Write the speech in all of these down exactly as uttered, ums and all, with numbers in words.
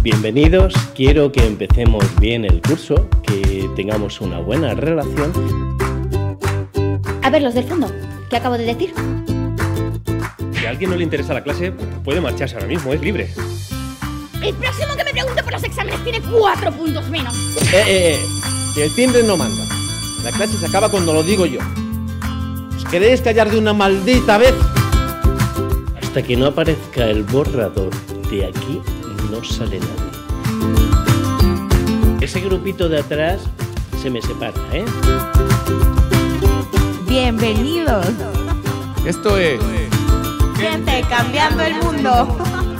Bienvenidos, quiero que empecemos bien el curso, que tengamos una buena relación. A ver, los del fondo, ¿qué acabo de decir? Si a alguien no le interesa la clase, puede marcharse ahora mismo, es libre. El próximo que me pregunte por los exámenes tiene cuatro puntos menos. Eh, eh, eh, que el timbre no manda. La clase se acaba cuando lo digo yo. ¿Os queréis callar de una maldita vez? Hasta que no aparezca el borrador de aquí, no sale nadie. Ese grupito de atrás se me separa, ¿eh? Bienvenidos. Esto es Gente Cambiando el Mundo.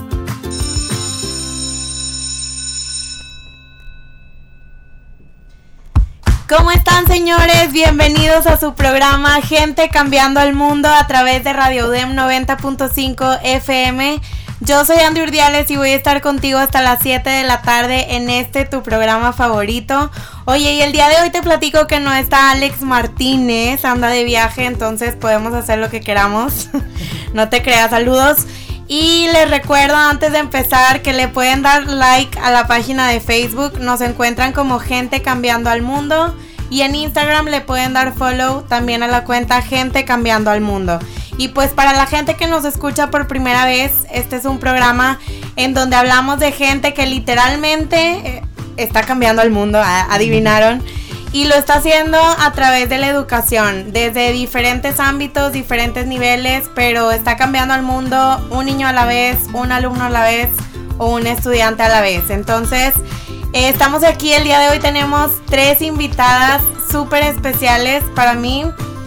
¿Cómo están, señores? Bienvenidos a su programa Gente Cambiando el Mundo a través de Radio U D E M noventa punto cinco F M. Yo soy Andy Urdiales y voy a estar contigo hasta las siete de la tarde en este tu programa favorito. Oye, y el día de hoy te platico que no está Alex Martínez, anda de viaje, entonces podemos hacer lo que queramos. No te creas, saludos. Y les recuerdo antes de empezar que le pueden dar like a la página de Facebook, nos encuentran como Gente Cambiando al Mundo, y en Instagram le pueden dar follow también a la cuenta Gente Cambiando al Mundo. Y pues para la gente que nos escucha por primera vez, este es un programa en donde hablamos de gente que literalmente está cambiando el mundo, adivinaron. Y lo está haciendo a través de la educación, desde diferentes ámbitos, diferentes niveles, pero está cambiando al mundo un niño a la vez, un alumno a la vez o un estudiante a la vez. Entonces, eh, estamos aquí el día de hoy, tenemos tres invitadas súper especiales para mí.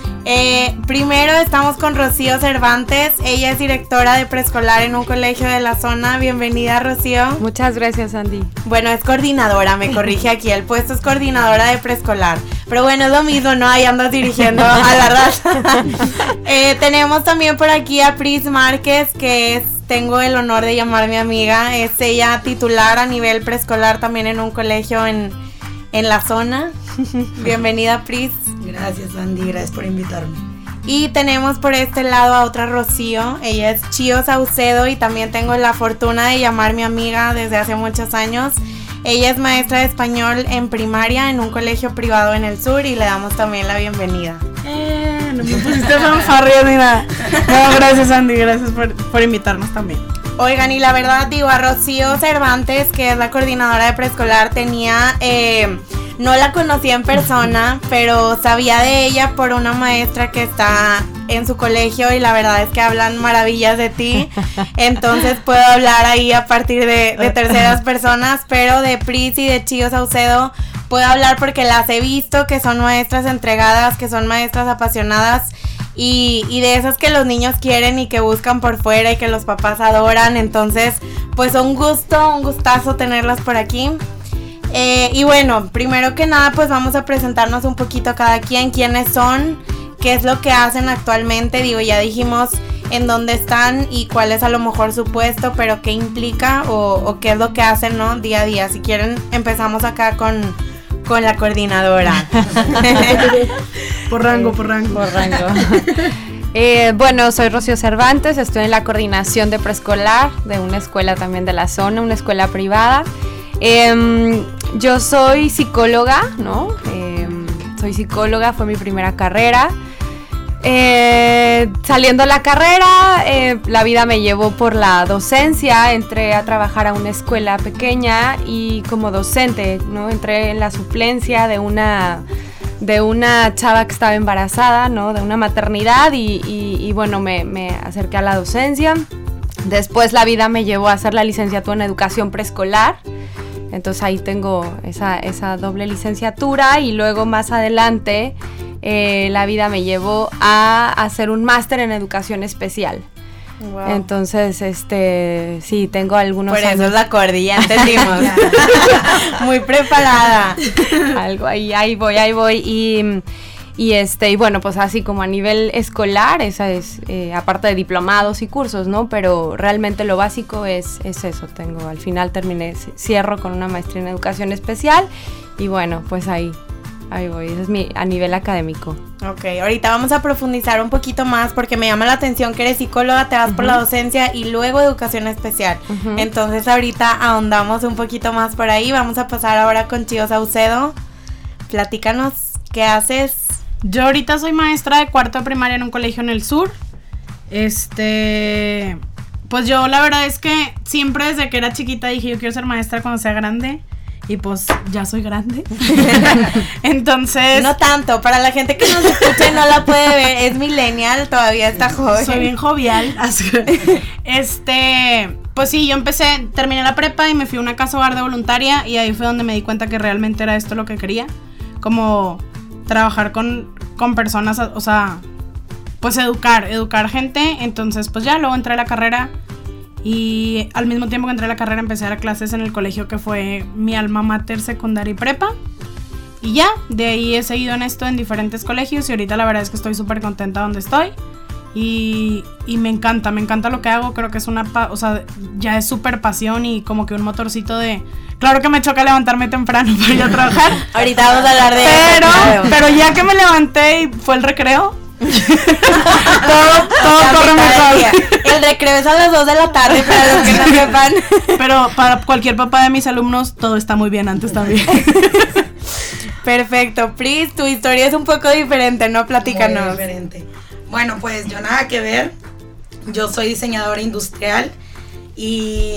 Eh, primero estamos con Rocío Cervantes, ella es directora de preescolar en un colegio de la zona. Bienvenida, Rocío. Muchas gracias, Andy. Bueno, es coordinadora, me corrige aquí, el puesto es coordinadora de preescolar, pero bueno, es lo mismo, ¿no? Ahí andas dirigiendo a la raza. eh, tenemos también por aquí a Pris Márquez, que es, tengo el honor de llamar mi amiga, es ella titular a nivel preescolar también en un colegio en, en la zona. Bienvenida, Pris. Gracias, Andy, gracias por invitarme. Y tenemos por este lado a otra Rocío, ella es Chío Saucedo y también tengo la fortuna de llamar mi amiga desde hace muchos años. Ella es maestra de español en primaria en un colegio privado en el sur y le damos también la bienvenida. Eh, no me pusiste fanfarria ni nada. No, gracias, Andy, gracias por, por invitarnos también. Oigan, y la verdad digo, a Rocío Cervantes, que es la coordinadora de preescolar, tenía... Eh, No la conocía en persona, pero sabía de ella por una maestra que está en su colegio y la verdad es que hablan maravillas de ti. Entonces puedo hablar ahí a partir de, de terceras personas, pero de Pris y de Chío Saucedo puedo hablar porque las he visto, que son maestras entregadas, que son maestras apasionadas y, y de esas que los niños quieren y que buscan por fuera y que los papás adoran. Entonces, pues un gusto, un gustazo tenerlas por aquí. Eh, y bueno, primero que nada pues vamos a presentarnos un poquito a cada quien, quiénes son, qué es lo que hacen actualmente. Digo, ya dijimos en dónde están y cuál es a lo mejor su puesto, pero qué implica o, o qué es lo que hacen, ¿no? Día a día. Si quieren empezamos acá con, con la coordinadora. Por rango, por rango. Por rango. Eh, bueno, soy Rocío Cervantes, estoy en la coordinación de preescolar de una escuela también de la zona, una escuela privada. Eh, yo soy psicóloga, ¿no? Eh, soy psicóloga, fue mi primera carrera. Eh, saliendo de la carrera, eh, la vida me llevó por la docencia, entré a trabajar a una escuela pequeña y como docente, ¿no? Entré en la suplencia de una, de una chava que estaba embarazada, ¿no? De una maternidad y, y, y bueno, me, me acerqué a la docencia. Después la vida me llevó a hacer la licenciatura en educación preescolar. Entonces ahí tengo esa, esa doble licenciatura y luego más adelante eh, la vida me llevó a hacer un máster en educación especial. Wow. Entonces, este, sí, tengo algunos Por años. eso es la cordi, ya entendimos. Muy preparada. Algo ahí, ahí voy, ahí voy y... Y este y bueno, pues así como a nivel escolar, esa es, eh, aparte de diplomados y cursos, ¿no? Pero realmente lo básico es, es eso, tengo, al final terminé, cierro con una maestría en educación especial y bueno, pues ahí ahí voy, eso es mi, a nivel académico. Ok, ahorita vamos a profundizar un poquito más porque me llama la atención que eres psicóloga, te vas uh-huh. por la docencia y luego educación especial. Uh-huh. Entonces ahorita ahondamos un poquito más por ahí. Vamos a pasar ahora con Chío Saucedo. Platícanos, ¿qué haces? Yo ahorita soy maestra de cuarto de primaria en un colegio en el sur. Este... Pues yo la verdad es que siempre desde que era chiquita dije yo quiero ser maestra cuando sea grande. Y pues ya soy grande. Entonces... No tanto, para la gente que nos escucha y no la puede ver, es millennial, todavía está joven. Soy bien jovial. Este... Pues sí, yo empecé, terminé la prepa y me fui a una casa hogar de voluntaria. Y ahí fue donde me di cuenta que realmente era esto lo que quería. Como trabajar con, con personas, o sea... Pues educar, educar gente. Entonces pues ya luego entré a la carrera y al mismo tiempo que entré a la carrera empecé a dar clases en el colegio que fue mi alma mater, secundaria y prepa. Y ya, de ahí he seguido en esto en diferentes colegios y ahorita la verdad es que estoy súper contenta donde estoy. Y, y me encanta, me encanta lo que hago, creo que es una, pa- o sea, ya es súper pasión y como que un motorcito de... Claro que me choca levantarme temprano para ir a trabajar. Ahorita vamos a hablar de pero, eso. Claro. Pero ya que me levanté y fue el recreo, todo, todo corre mejor. El recreo es a las dos de la tarde para los que no sepan. Pero para cualquier papá de mis alumnos todo está muy bien antes también. Perfecto. Pris, tu historia es un poco diferente, ¿no? Platícanos. Muy diferente. Bueno, pues yo nada que ver. Yo soy diseñadora industrial y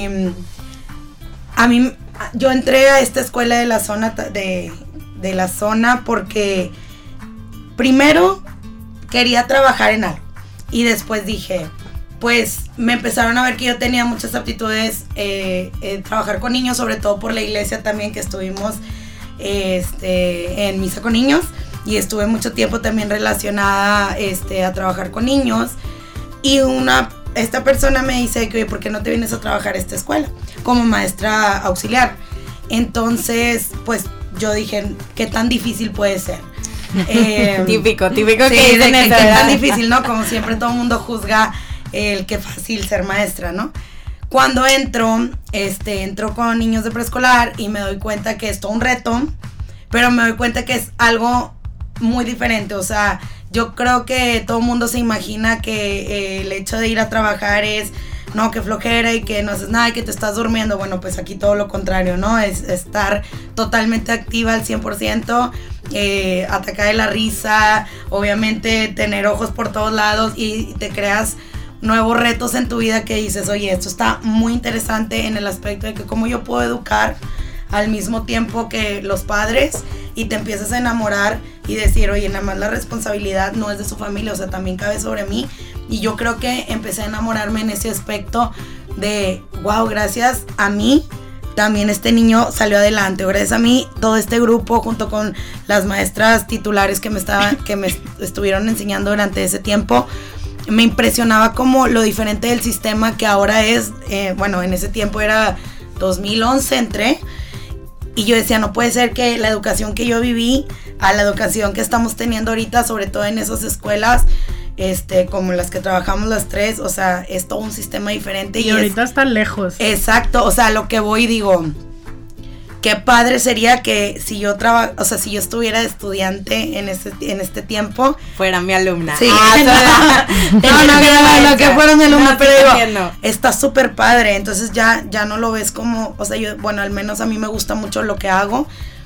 a mí yo entré a esta escuela de la zona de, de la zona porque primero quería trabajar en algo y después dije, pues me empezaron a ver que yo tenía muchas aptitudes, eh, eh, trabajar con niños, sobre todo por la iglesia también que estuvimos este, en misa con niños y estuve mucho tiempo también relacionada este, a trabajar con niños y una, esta persona me dice que, oye, ¿por qué no te vienes a trabajar a esta escuela como maestra auxiliar? Entonces, pues yo dije, ¿qué tan difícil puede ser? Eh, típico, típico sí, que dicen de eso, que ¿verdad? es tan difícil, ¿no? Como siempre todo el mundo juzga el que fácil ser maestra, ¿no? Cuando entro, este, entro con niños de preescolar y me doy cuenta que es todo un reto, pero me doy cuenta que es algo muy diferente, o sea, yo creo que todo el mundo se imagina que eh, el hecho de ir a trabajar es, no, que flojera y que no haces nada y que te estás durmiendo. Bueno, pues aquí todo lo contrario, ¿no? Es estar totalmente activa al cien por ciento, eh, atacar de la risa, obviamente tener ojos por todos lados y te creas nuevos retos en tu vida que dices, oye, esto está muy interesante en el aspecto de que cómo yo puedo educar al mismo tiempo que los padres y te empiezas a enamorar y decir, oye, nada más la responsabilidad no es de su familia, o sea, también cabe sobre mí. Y yo creo que empecé a enamorarme en ese aspecto de, wow, gracias a mí también este niño salió adelante, gracias a mí todo este grupo junto con las maestras titulares que me estaban, que me estuvieron enseñando durante ese tiempo, me impresionaba como lo diferente del sistema que ahora es, eh, bueno, en ese tiempo era dos mil once entré, y yo decía, no puede ser que la educación que yo viví a la educación que estamos teniendo ahorita, sobre todo en esas escuelas, este, como las que trabajamos las tres, o sea, es todo un sistema diferente. Y, y ahorita es, está lejos. Exacto, o sea, lo que voy digo, qué padre sería que si yo traba, o sea, si yo estuviera de estudiante en este, en este tiempo. Fuera mi alumna. Sí. Ah, no, no, no, no, no, que fuera mi alumna, no, pero sí, digo, entiendo. está súper padre, entonces ya, ya no lo ves como, o sea, yo, bueno, al menos a mí me gusta mucho lo que hago.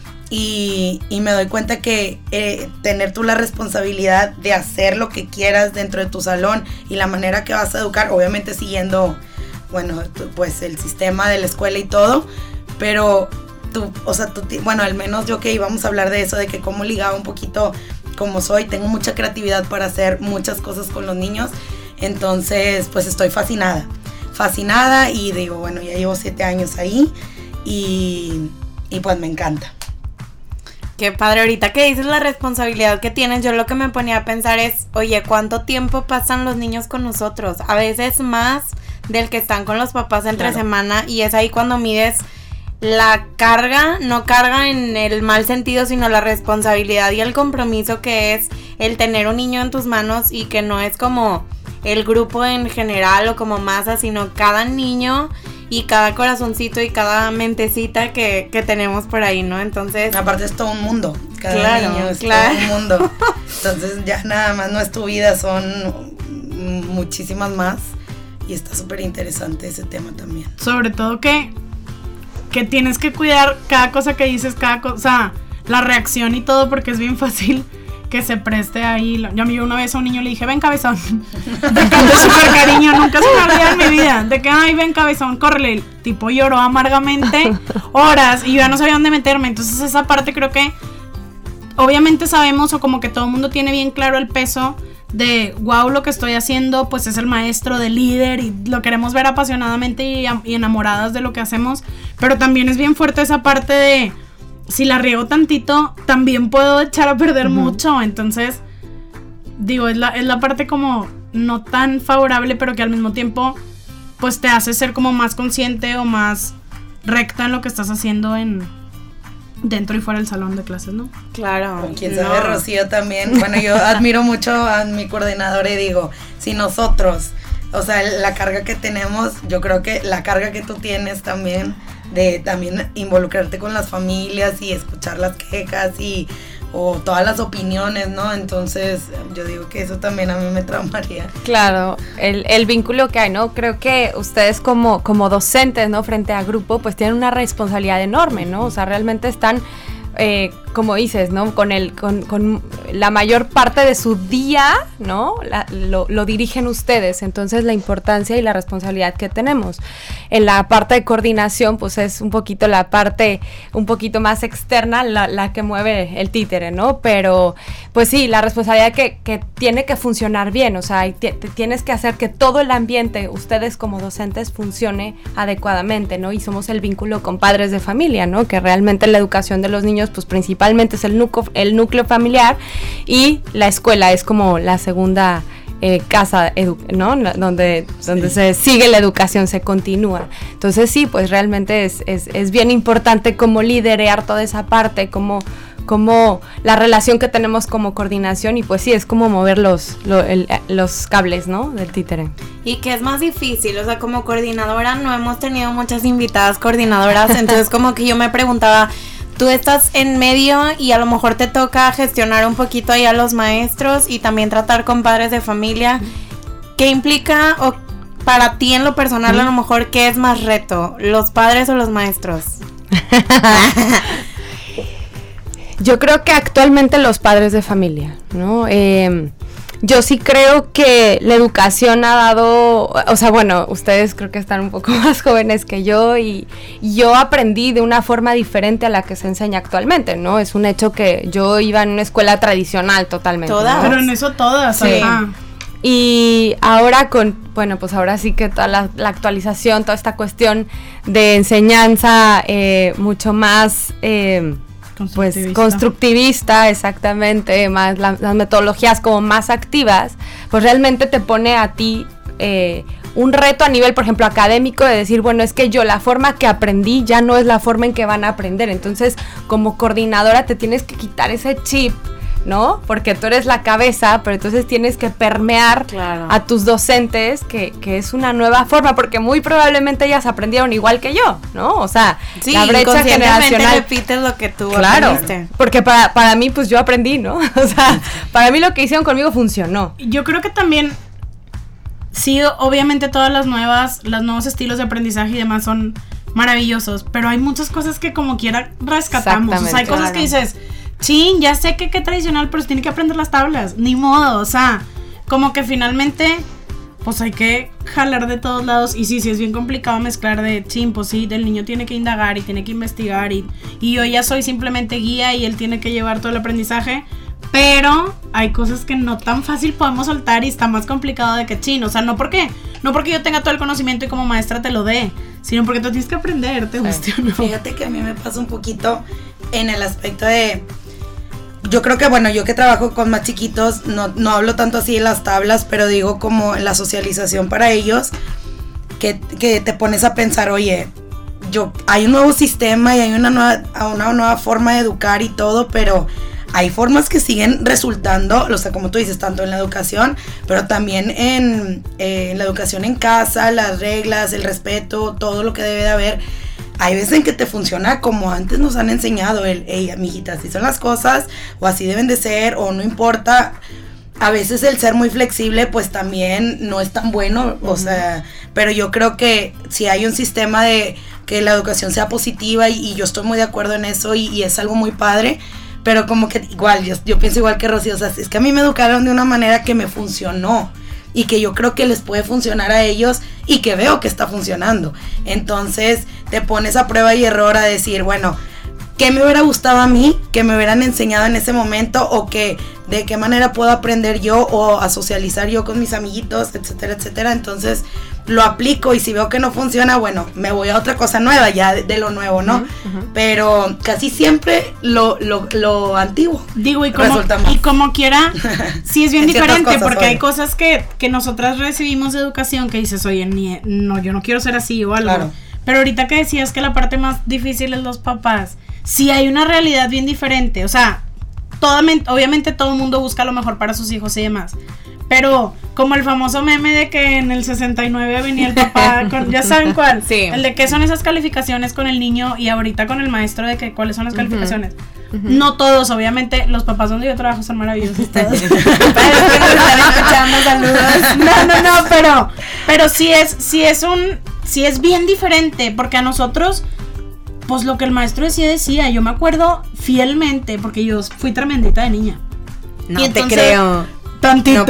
Y, y me doy cuenta que eh, tener tú la responsabilidad de hacer lo que quieras dentro de tu salón y la manera que vas a educar, obviamente siguiendo, bueno, pues el sistema de la escuela y todo, pero tú, o sea, tú, bueno, al menos yo que íbamos a hablar de eso, de que cómo ligaba un poquito como soy, tengo mucha creatividad para hacer muchas cosas con los niños, entonces pues estoy fascinada, fascinada y digo, bueno, ya llevo siete años ahí y, y pues me encanta. Qué padre, ahorita que dices la responsabilidad que tienes, yo lo que me ponía a pensar es, oye, ¿cuánto tiempo pasan los niños con nosotros? A veces más del que están con los papás entre claro. semana, y es ahí cuando mides la carga, no carga en el mal sentido, sino la responsabilidad y el compromiso que es el tener un niño en tus manos, y que no es como el grupo en general o como masa, sino cada niño. y cada corazoncito y cada mentecita que, que tenemos por ahí, ¿no? Entonces... Aparte es todo un mundo, cada claro, niño es claro. todo un mundo. Entonces ya nada más no es tu vida, son muchísimas más. Y está súper interesante ese tema también. Sobre todo que, que tienes que cuidar cada cosa que dices, cada cosa, o sea, la reacción y todo, porque es bien fácil que se preste ahí. Yo a mí una vez a un niño le dije, ven cabezón, de canto súper cariño, nunca se me olvida en mi vida, de que, ay, ven cabezón, córrele. El tipo lloró amargamente horas y yo ya no sabía dónde meterme. Entonces esa parte creo que obviamente sabemos, o como que todo el mundo tiene bien claro el peso de wow, lo que estoy haciendo pues es el maestro, de líder, y lo queremos ver apasionadamente y, y enamoradas de lo que hacemos, pero también es bien fuerte esa parte de si la riego tantito también puedo echar a perder uh-huh. mucho. Entonces digo, es la, es la parte como no tan favorable, pero que al mismo tiempo pues te hace ser como más consciente o más recta en lo que estás haciendo en dentro y fuera del salón de clases, ¿no? Claro. Con quien sabe, no. Rocío también. Bueno, yo admiro mucho a mi coordinadora y digo, si nosotros, o sea, la carga que tenemos, yo creo que la carga que tú tienes también, de también involucrarte con las familias y escuchar las quejas y o todas las opiniones, ¿no? Entonces yo digo que eso también a mí me traumaría. Claro, el, el vínculo que hay, ¿no? Creo que ustedes como, como docentes, ¿no? Frente a grupo, pues tienen una responsabilidad enorme, ¿no? O sea, realmente están, eh, como dices, ¿no? Con el, con, con la mayor parte de su día, ¿no? La, lo, lo dirigen ustedes, entonces la importancia y la responsabilidad que tenemos. En la parte de coordinación, pues es un poquito la parte un poquito más externa, la, la que mueve el títere, ¿no? Pero, pues sí, la responsabilidad que, que tiene que funcionar bien, o sea, t- t- tienes que hacer que todo el ambiente, ustedes como docentes, funcione adecuadamente, ¿no? Y somos el vínculo con padres de familia, ¿no? Que realmente la educación de los niños, pues principalmente es el núcleo, el núcleo familiar, y la escuela es como la segunda eh, casa, edu- ¿no? Donde, sí. donde se sigue la educación, se continúa. Entonces sí, pues realmente es, es, es bien importante como liderear toda esa parte, como, como la relación que tenemos como coordinación, y pues sí, es como mover los, lo, el, los cables, ¿no? Del títere. Y que es más difícil, o sea, como coordinadora no hemos tenido muchas invitadas coordinadoras, entonces como que yo me preguntaba, tú estás en medio y a lo mejor te toca gestionar un poquito ahí a los maestros y también tratar con padres de familia. ¿Qué implica o para ti en lo personal, a lo mejor, qué es más reto, los padres o los maestros? Yo creo que actualmente los padres de familia, ¿no? Eh, yo sí creo que la educación ha dado, o sea, bueno, ustedes creo que están un poco más jóvenes que yo, y, y yo aprendí de una forma diferente a la que se enseña actualmente, ¿no? Es un hecho que yo iba en una escuela tradicional totalmente. Todas. ¿no? Pero en eso todas, sí. Ajá. Y ahora con, bueno, pues ahora sí que toda la, la actualización, toda esta cuestión de enseñanza eh, mucho más... Eh, pues constructivista, exactamente, más la, las metodologías como más activas, pues realmente te pone a ti eh, un reto a nivel, por ejemplo, académico, de decir, bueno, es que yo la forma que aprendí ya no es la forma en que van a aprender. Entonces, como coordinadora te tienes que quitar ese chip, ¿no? Porque tú eres la cabeza, pero entonces tienes que permear claro. a tus docentes que, que es una nueva forma, porque muy probablemente ellas aprendieron igual que yo, ¿no? O sea, sí, la brecha generacional. repites lo que tú claro, aprendiste. Porque para, para mí, pues yo aprendí, ¿no? O sea, para mí lo que hicieron conmigo funcionó. Yo creo que también, sí, obviamente todas las nuevas, los nuevos estilos de aprendizaje y demás son maravillosos, pero hay muchas cosas que como quiera rescatamos. O sea, hay cosas claro. que dices, chin, ya sé que qué tradicional, pero se tiene que aprender las tablas, ni modo, o sea, como que finalmente, pues hay que jalar de todos lados, y sí, sí es bien complicado mezclar de, chin, pues sí, el niño tiene que indagar y tiene que investigar, y, y yo ya soy simplemente guía y él tiene que llevar todo el aprendizaje, pero hay cosas que no tan fácil podemos soltar y está más complicado de que, chin, o sea, no porque, no porque yo tenga todo el conocimiento y como maestra te lo dé, sino porque tú tienes que aprender, te guste o no. Fíjate que a mí me pasa un poquito en el aspecto de... Yo creo que, bueno, yo que trabajo con más chiquitos, no, no hablo tanto así de las tablas, pero digo como la socialización para ellos, que, que te pones a pensar, oye, yo hay un nuevo sistema y hay una nueva, una nueva forma de educar y todo, pero hay formas que siguen resultando, o sea, como tú dices, tanto en la educación, pero también en, eh, en la educación en casa, las reglas, el respeto, todo lo que debe de haber. Hay veces en que te funciona como antes nos han enseñado, el, hey, amiguita, así son las cosas, o así deben de ser, o no importa. A veces el ser muy flexible, pues también no es tan bueno, uh-huh. o sea, pero yo creo que si hay un sistema de que la educación sea positiva, y, y yo estoy muy de acuerdo en eso, y, y es algo muy padre, pero como que igual, yo, yo pienso igual que Rocío, o sea, es que a mí me educaron de una manera que me funcionó, y que yo creo que les puede funcionar a ellos, y que veo que está funcionando. Entonces te pones a prueba y error a decir, bueno, ¿qué me hubiera gustado a mí que me hubieran enseñado en ese momento? O que de qué manera puedo aprender yo o a socializar yo con mis amiguitos, etcétera, etcétera. Entonces lo aplico, y si veo que no funciona, bueno, me voy a otra cosa nueva, ya de, de lo nuevo, ¿no? Uh-huh, uh-huh. Pero casi siempre lo, lo, lo antiguo. Digo, y como, y como quiera, sí es bien diferente, cosas, porque oye. hay cosas que, que nosotras recibimos de educación que dices, oye, ni, no, yo no quiero ser así o algo. Claro. Pero ahorita que decías que la parte más difícil es los papás, sí hay una realidad bien diferente, o sea, toda, obviamente todo el mundo busca lo mejor para sus hijos y demás, pero como el famoso meme de que en el sesenta y nueve venía el papá con, ya saben cuál, sí. el de qué son esas calificaciones con el niño, y ahorita con el maestro de que cuáles son las calificaciones. Uh-huh. Uh-huh. No todos, obviamente, los papás donde yo trabajo son maravillosos todos. Pero que nos están escuchando, saludos. No, no, no, pero, pero sí es, sí es un, sí es bien diferente, porque a nosotros, pues lo que el maestro decía, decía, yo me acuerdo fielmente, porque yo fui tremendita de niña. No y te entonces, creo. Tantito. No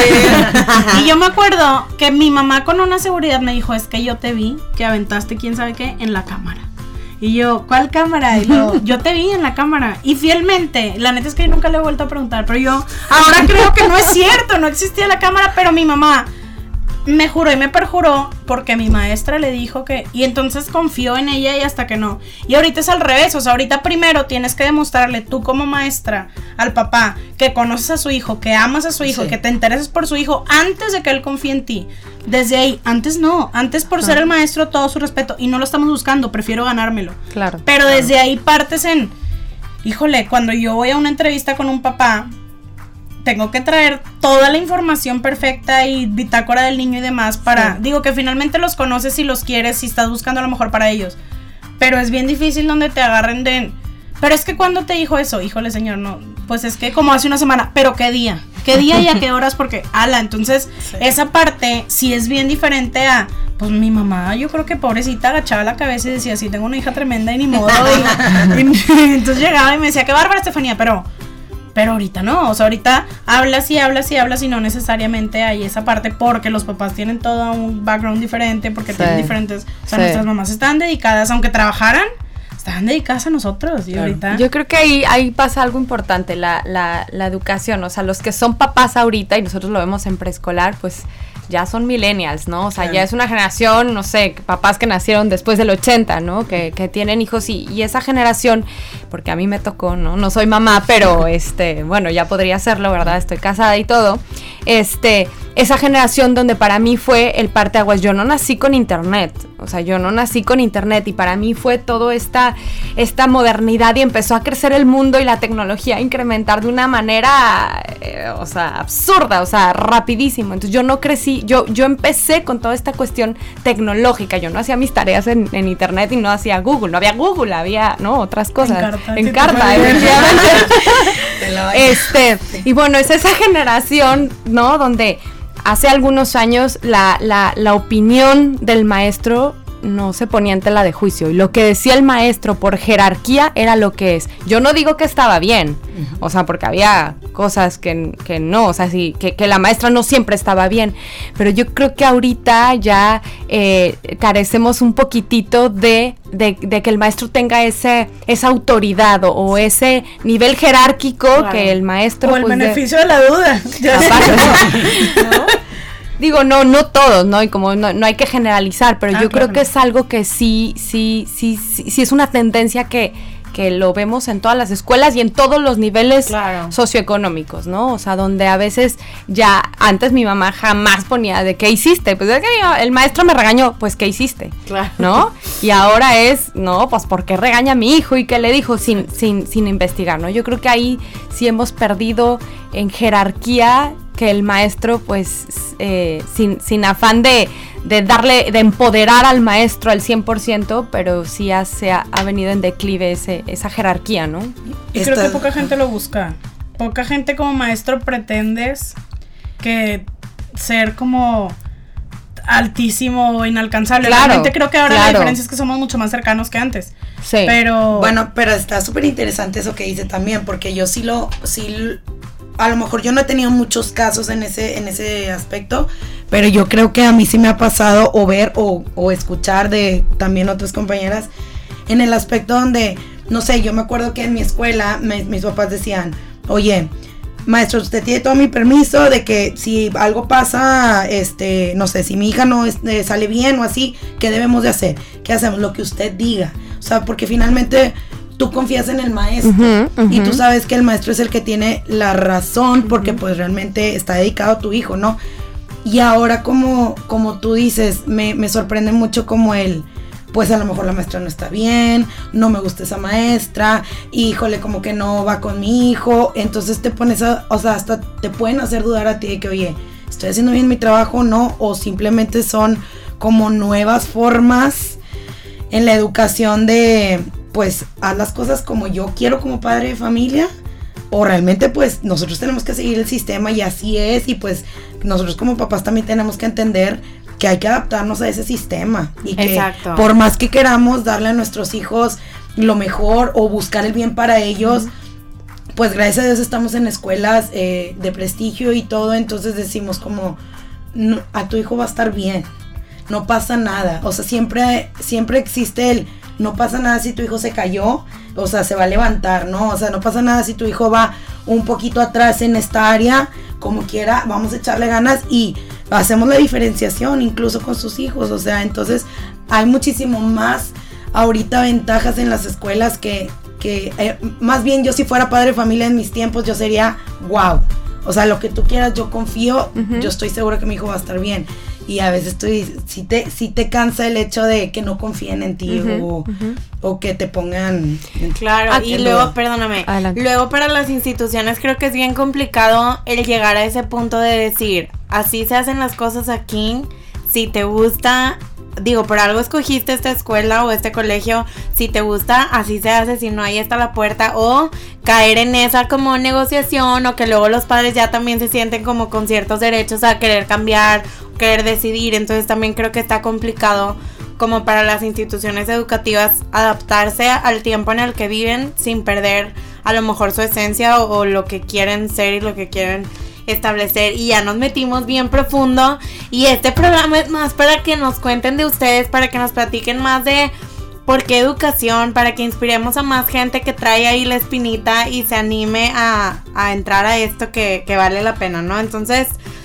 y yo me acuerdo que mi mamá con una seguridad me dijo, es que yo te vi que aventaste quién sabe qué en la cámara. Y yo, ¿cuál cámara? Y luego, yo te vi en la cámara. Y fielmente, la neta es que yo nunca le he vuelto a preguntar, pero yo ahora creo que no es cierto, no existía la cámara, pero mi mamá me juró y me perjuró porque mi maestra le dijo que, y entonces confió en ella y hasta que no. Y ahorita es al revés, o sea, ahorita primero tienes que demostrarle tú como maestra al papá que conoces a su hijo, que amas a su hijo, sí. que te interesas por su hijo antes de que él confíe en ti. Desde ahí, antes no, antes por ser el maestro todo su respeto, y no lo estamos buscando, prefiero ganármelo. Claro. Pero claro. desde ahí partes en, híjole, cuando yo voy a una entrevista con un papá, tengo que traer toda la información perfecta y bitácora del niño y demás para, sí. digo que finalmente los conoces y los quieres y estás buscando lo mejor para ellos, pero es bien difícil donde te agarren de, pero es que cuando te dijo eso, híjole señor, no, pues es que como hace una semana, pero qué día, qué día y a qué horas, porque, ala, entonces sí. esa parte sí es bien diferente a, pues mi mamá, yo creo que pobrecita agachaba la cabeza y decía, sí, tengo una hija tremenda y ni modo, y, y, y, entonces llegaba y me decía, qué bárbara Estefanía, pero... Pero ahorita no, o sea, ahorita hablas y hablas y hablas y no necesariamente hay esa parte porque los papás tienen todo un background diferente, porque sí, tienen diferentes, o sea, sí. nuestras mamás están dedicadas, aunque trabajaran, estaban dedicadas a nosotros y claro. ahorita... Yo creo que ahí, ahí pasa algo importante, la, la, la educación, o sea, los que son papás ahorita y nosotros lo vemos en preescolar, pues... ya son millennials, ¿no? O sea, claro. ya es una generación, no sé, papás que nacieron después del ochenta, ¿no? Que, que tienen hijos y, y esa generación, porque a mí me tocó, ¿no? No soy mamá, pero, este, bueno, ya podría hacerlo, ¿verdad? Estoy casada y todo. Este, esa generación donde para mí fue el parteaguas. Yo no nací con internet, o sea, yo no nací con internet y para mí fue toda esta, esta modernidad y empezó a crecer el mundo y la tecnología a incrementar de una manera, eh, o sea, absurda, o sea, rapidísimo. Entonces yo no crecí, yo, yo empecé con toda esta cuestión tecnológica, yo no hacía mis tareas en, en internet y no hacía Google, no había Google, había, ¿no? Otras cosas. En carta. En sí, carta, efectivamente. este, sí. Y bueno, es esa generación, ¿no? Donde hace algunos años la, la, la opinión del maestro no se ponía en tela de juicio y lo que decía el maestro por jerarquía era lo que es. Yo no digo que estaba bien, uh-huh. o sea, porque había cosas que, que no, o sea, sí, que, que la maestra no siempre estaba bien, pero yo creo que ahorita ya eh, carecemos un poquitito de, de, de que el maestro tenga ese esa autoridad o, o ese nivel jerárquico claro. que el maestro... O el pues, beneficio de, de la duda. Aparte, ¿no? Digo, no, no todos, ¿no? Y como no, no hay que generalizar, pero ah, yo claro. creo que es algo que sí, sí, sí, sí, sí es una tendencia que, que lo vemos en todas las escuelas y en todos los niveles Claro. socioeconómicos, ¿no? O sea, donde a veces ya, antes mi mamá jamás ponía de ¿qué hiciste? Pues es que el maestro me regañó, pues ¿qué hiciste? Claro. ¿No? Y ahora es, no, pues ¿por qué regaña a mi hijo? ¿Y qué le dijo? Sin, sin, sin investigar, ¿no? Yo creo que ahí sí hemos perdido en jerarquía que el maestro, pues, eh, sin, sin afán de, de darle, de empoderar al maestro al cien por ciento, pero sí ha, se ha, ha venido en declive ese, esa jerarquía, ¿no? Y creo que poca gente lo busca. Poca gente como maestro pretendes que ser como altísimo o inalcanzable. Claro, Realmente creo que ahora claro. la diferencia es que somos mucho más cercanos que antes. Sí. Pero Bueno, pero está súper interesante eso que dice también, porque yo sí lo, sí, a lo mejor yo no he tenido muchos casos en ese, en ese aspecto, pero yo creo que a mí sí me ha pasado o ver o, o escuchar de también otras compañeras en el aspecto donde, no sé, yo me acuerdo que en mi escuela me, mis papás decían, oye, maestro, usted tiene todo mi permiso de que si algo pasa, este, no sé, si mi hija no este, sale bien o así, ¿qué debemos de hacer? ¿Qué hacemos? Lo que usted diga. O sea, porque finalmente tú confías en el maestro Uh-huh, uh-huh. y tú sabes que el maestro es el que tiene la razón porque pues realmente está dedicado a tu hijo, ¿no? Y ahora como, como tú dices, me, me sorprende mucho como el, pues a lo mejor la maestra no está bien, no me gusta esa maestra, híjole, como que no va con mi hijo, entonces te pones a, o sea, hasta te pueden hacer dudar a ti de que, oye, ¿estoy haciendo bien mi trabajo o no? O simplemente son como nuevas formas en la educación de, pues, haz las cosas como yo quiero como padre de familia, o realmente pues nosotros tenemos que seguir el sistema y así es, y pues nosotros como papás también tenemos que entender que hay que adaptarnos a ese sistema y que Exacto. por más que queramos darle a nuestros hijos lo mejor o buscar el bien para ellos, uh-huh. pues gracias a Dios estamos en escuelas eh, de prestigio y todo, entonces decimos como, no, a tu hijo va a estar bien, no pasa nada, o sea, siempre, siempre existe el, no pasa nada si tu hijo se cayó, o sea, se va a levantar, ¿no? O sea, no pasa nada si tu hijo va un poquito atrás en esta área, como quiera, vamos a echarle ganas y hacemos la diferenciación incluso con sus hijos, o sea, entonces hay muchísimo más ahorita ventajas en las escuelas que, que eh, más bien yo si fuera padre de familia en mis tiempos yo sería wow, o sea, lo que tú quieras, yo confío, uh-huh. yo estoy segura que mi hijo va a estar bien. Y a veces tú si te, si te cansa el hecho de que no confíen en ti uh-huh, o, uh-huh. o que te pongan en, claro, en y duda. luego, perdóname, Adelante. Luego para las instituciones creo que es bien complicado el llegar a ese punto de decir, así se hacen las cosas aquí, si te gusta, digo, por algo escogiste esta escuela o este colegio, si te gusta, así se hace, si no, ahí está la puerta, o caer en esa como negociación, o que luego los padres ya también se sienten como con ciertos derechos a querer cambiar, querer decidir, entonces también creo que está complicado como para las instituciones educativas adaptarse al tiempo en el que viven sin perder a lo mejor su esencia o, o lo que quieren ser y lo que quieren establecer. Y ya nos metimos bien profundo y este programa es más para que nos cuenten de ustedes, para que nos platiquen más de por qué educación, para que inspiremos a más gente que trae ahí la espinita y se anime a, a entrar a esto que, que vale la pena, ¿no? Entonces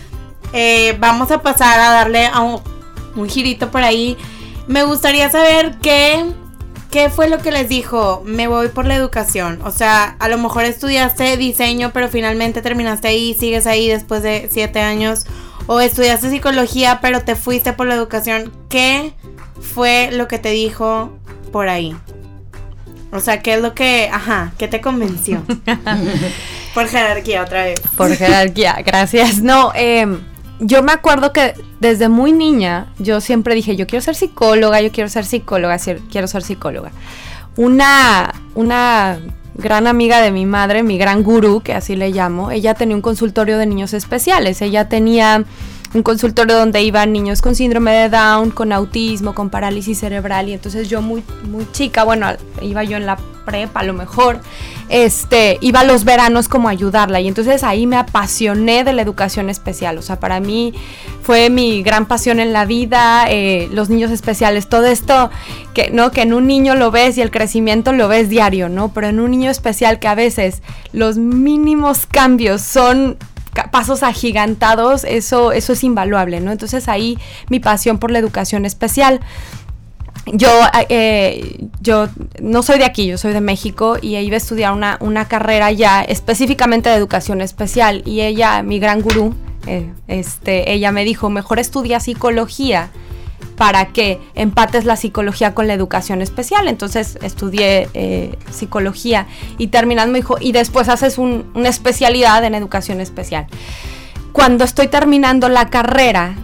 eh, vamos a pasar a darle a un, un girito por ahí. Me gustaría saber qué, qué fue lo que les dijo, me voy por la educación. O sea, a lo mejor estudiaste diseño, pero finalmente terminaste ahí, sigues ahí después de siete años. O estudiaste psicología, pero te fuiste por la educación. ¿Qué fue lo que te dijo por ahí? O sea, ¿qué es lo que, ajá, qué te convenció? Por jerarquía, otra vez. Por jerarquía, gracias. No, eh, yo me acuerdo que desde muy niña yo siempre dije, yo quiero ser psicóloga, yo quiero ser psicóloga, quiero ser psicóloga. Una, una gran amiga de mi madre, mi gran gurú, que así le llamo, ella tenía un consultorio de niños especiales. Ella tenía un consultorio donde iban niños con síndrome de Down, con autismo, con parálisis cerebral, y entonces yo muy, muy chica, bueno, iba yo en la prepa a lo mejor, este, iba a los veranos como a ayudarla, y entonces ahí me apasioné de la educación especial. O sea, para mí fue mi gran pasión en la vida, eh, los niños especiales, todo esto que, ¿no? Que en un niño lo ves y el crecimiento lo ves diario, ¿no? Pero en un niño especial que a veces los mínimos cambios son pasos agigantados, eso, eso es invaluable, ¿no? Entonces ahí mi pasión por la educación especial. yo, eh, yo no soy de aquí, yo soy de México y iba a estudiar una, una carrera ya específicamente de educación especial y ella, mi gran gurú, eh, este, ella me dijo, mejor estudia psicología para que empates la psicología con la educación especial. Entonces estudié eh, psicología y terminando me dijo, y después haces un, una especialidad en educación especial. Cuando estoy terminando la carrera,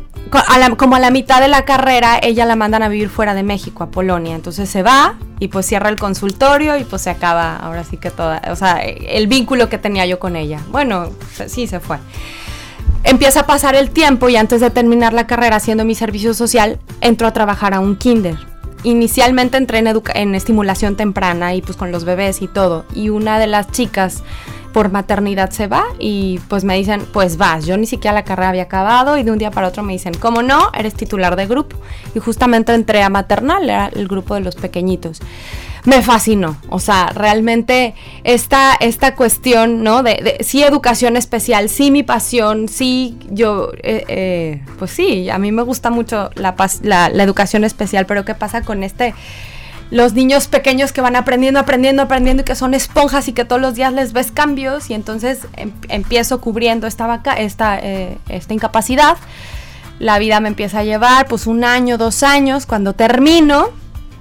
a la, como a la mitad de la carrera, ella la mandan a vivir fuera de México, a Polonia. Entonces se va y pues cierra el consultorio y pues se acaba ahora sí que toda, o sea, el vínculo que tenía yo con ella. Bueno, sí, se fue. Empieza a pasar el tiempo y antes de terminar la carrera haciendo mi servicio social, entro a trabajar a un kinder. Inicialmente entré en, educa- en estimulación temprana y pues con los bebés y todo. Y una de las chicas por maternidad se va y pues me dicen, pues vas. Yo ni siquiera la carrera había acabado y de un día para otro me dicen, ¿cómo no? Eres titular de grupo. Y justamente entré a maternal, era el grupo de los pequeñitos. Me fascinó, o sea, realmente esta, esta cuestión, ¿no? De, de sí educación especial, sí mi pasión, sí yo, eh, eh, pues sí, a mí me gusta mucho la, la, la educación especial, pero ¿qué pasa con este? Los niños pequeños que van aprendiendo, aprendiendo, aprendiendo y que son esponjas y que todos los días les ves cambios y entonces em, empiezo cubriendo esta, vaca, esta, eh, esta incapacidad, la vida me empieza a llevar pues un año, dos años, cuando termino,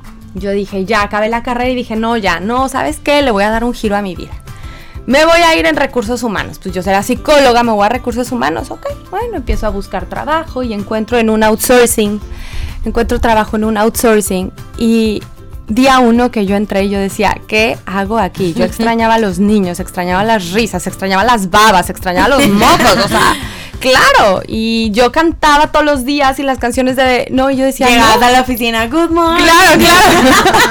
yo dije, ya, acabé la carrera y dije, no, ya, no, ¿sabes qué? Le voy a dar un giro a mi vida. Me voy a ir en recursos humanos. Pues yo será psicóloga, me voy a recursos humanos. Ok, bueno, empiezo a buscar trabajo y encuentro en un outsourcing. Encuentro trabajo en un outsourcing. Y día uno que yo entré, yo decía, ¿qué hago aquí? Yo extrañaba a los niños, extrañaba las risas, extrañaba las babas, extrañaba los mocos, o sea... Claro, y yo cantaba todos los días y las canciones de... No, yo decía... Llegabas no. a la oficina, good morning. Claro, claro.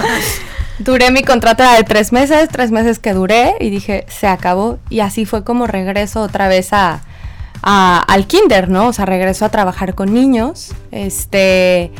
Duré mi contrato era de tres meses, tres meses que duré y dije, se acabó. Y así fue como regreso otra vez a, a, al kinder, ¿no? O sea, regreso a trabajar con niños. Este...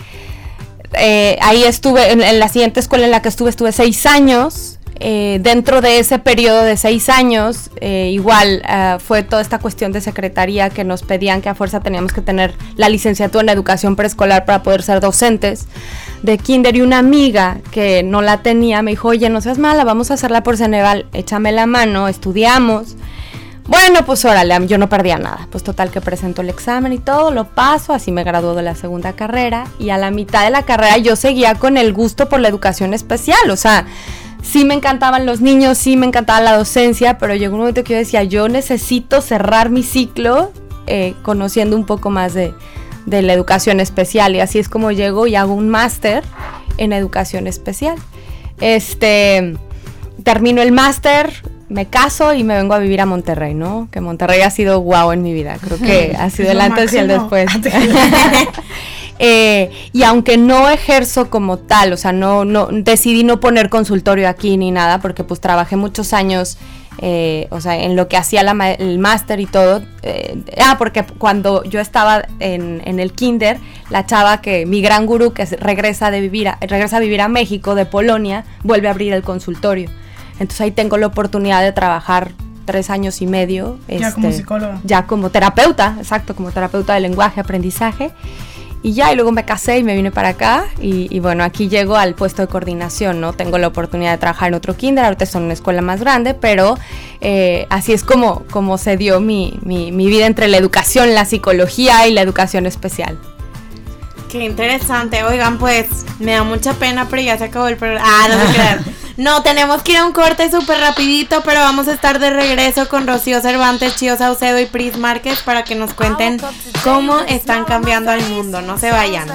Eh, ahí estuve, en, en la siguiente escuela en la que estuve, estuve seis años... Eh, dentro de ese periodo de seis años, eh, igual uh, fue toda esta cuestión de secretaría que nos pedían que a fuerza teníamos que tener la licenciatura en educación preescolar para poder ser docentes de kinder, y una amiga que no la tenía me dijo, oye, no seas mala, vamos a hacerla por Ceneval, échame la mano, estudiamos. Bueno, pues órale, yo no perdía nada, pues total que presento el examen y todo, lo paso, así me graduó de la segunda carrera, y a la mitad de la carrera yo seguía con el gusto por la educación especial, o sea, sí me encantaban los niños, sí me encantaba la docencia, pero llegó un momento que yo decía, yo necesito cerrar mi ciclo eh, conociendo un poco más de, de la educación especial, y así es como llego y hago un máster en educación especial. Este, termino el máster, me caso y me vengo a vivir a Monterrey, ¿no? Que Monterrey ha sido guau en mi vida, creo que ha sido el antes y el después. Eh, y aunque no ejerzo como tal, o sea, no, no decidí no poner consultorio aquí ni nada, porque pues trabajé muchos años, eh, o sea, en lo que hacía la ma- el máster y todo. Eh, ah, porque cuando yo estaba en, en el kinder, la chava que, mi gran gurú que regresa, de vivir a, regresa a vivir a México, de Polonia, vuelve a abrir el consultorio. Entonces ahí tengo la oportunidad de trabajar tres años y medio. Ya este, como psicóloga. Ya como terapeuta, exacto, como terapeuta de lenguaje, aprendizaje. Y ya, y luego me casé y me vine para acá y, y bueno, aquí llego al puesto de coordinación, ¿no? Tengo la oportunidad de trabajar en otro kinder, ahorita estoy en una escuela más grande, pero eh, así es como, como se dio mi, mi, mi vida entre la educación, la psicología y la educación especial. Qué interesante. Oigan, pues me da mucha pena, pero ya se acabó el programa. Ah, no se crean. No, tenemos que ir a un corte súper rapidito, pero vamos a estar de regreso con Rocío Cervantes, Chío Saucedo y Pris Márquez para que nos cuenten cómo están cambiando al mundo. No se vayan.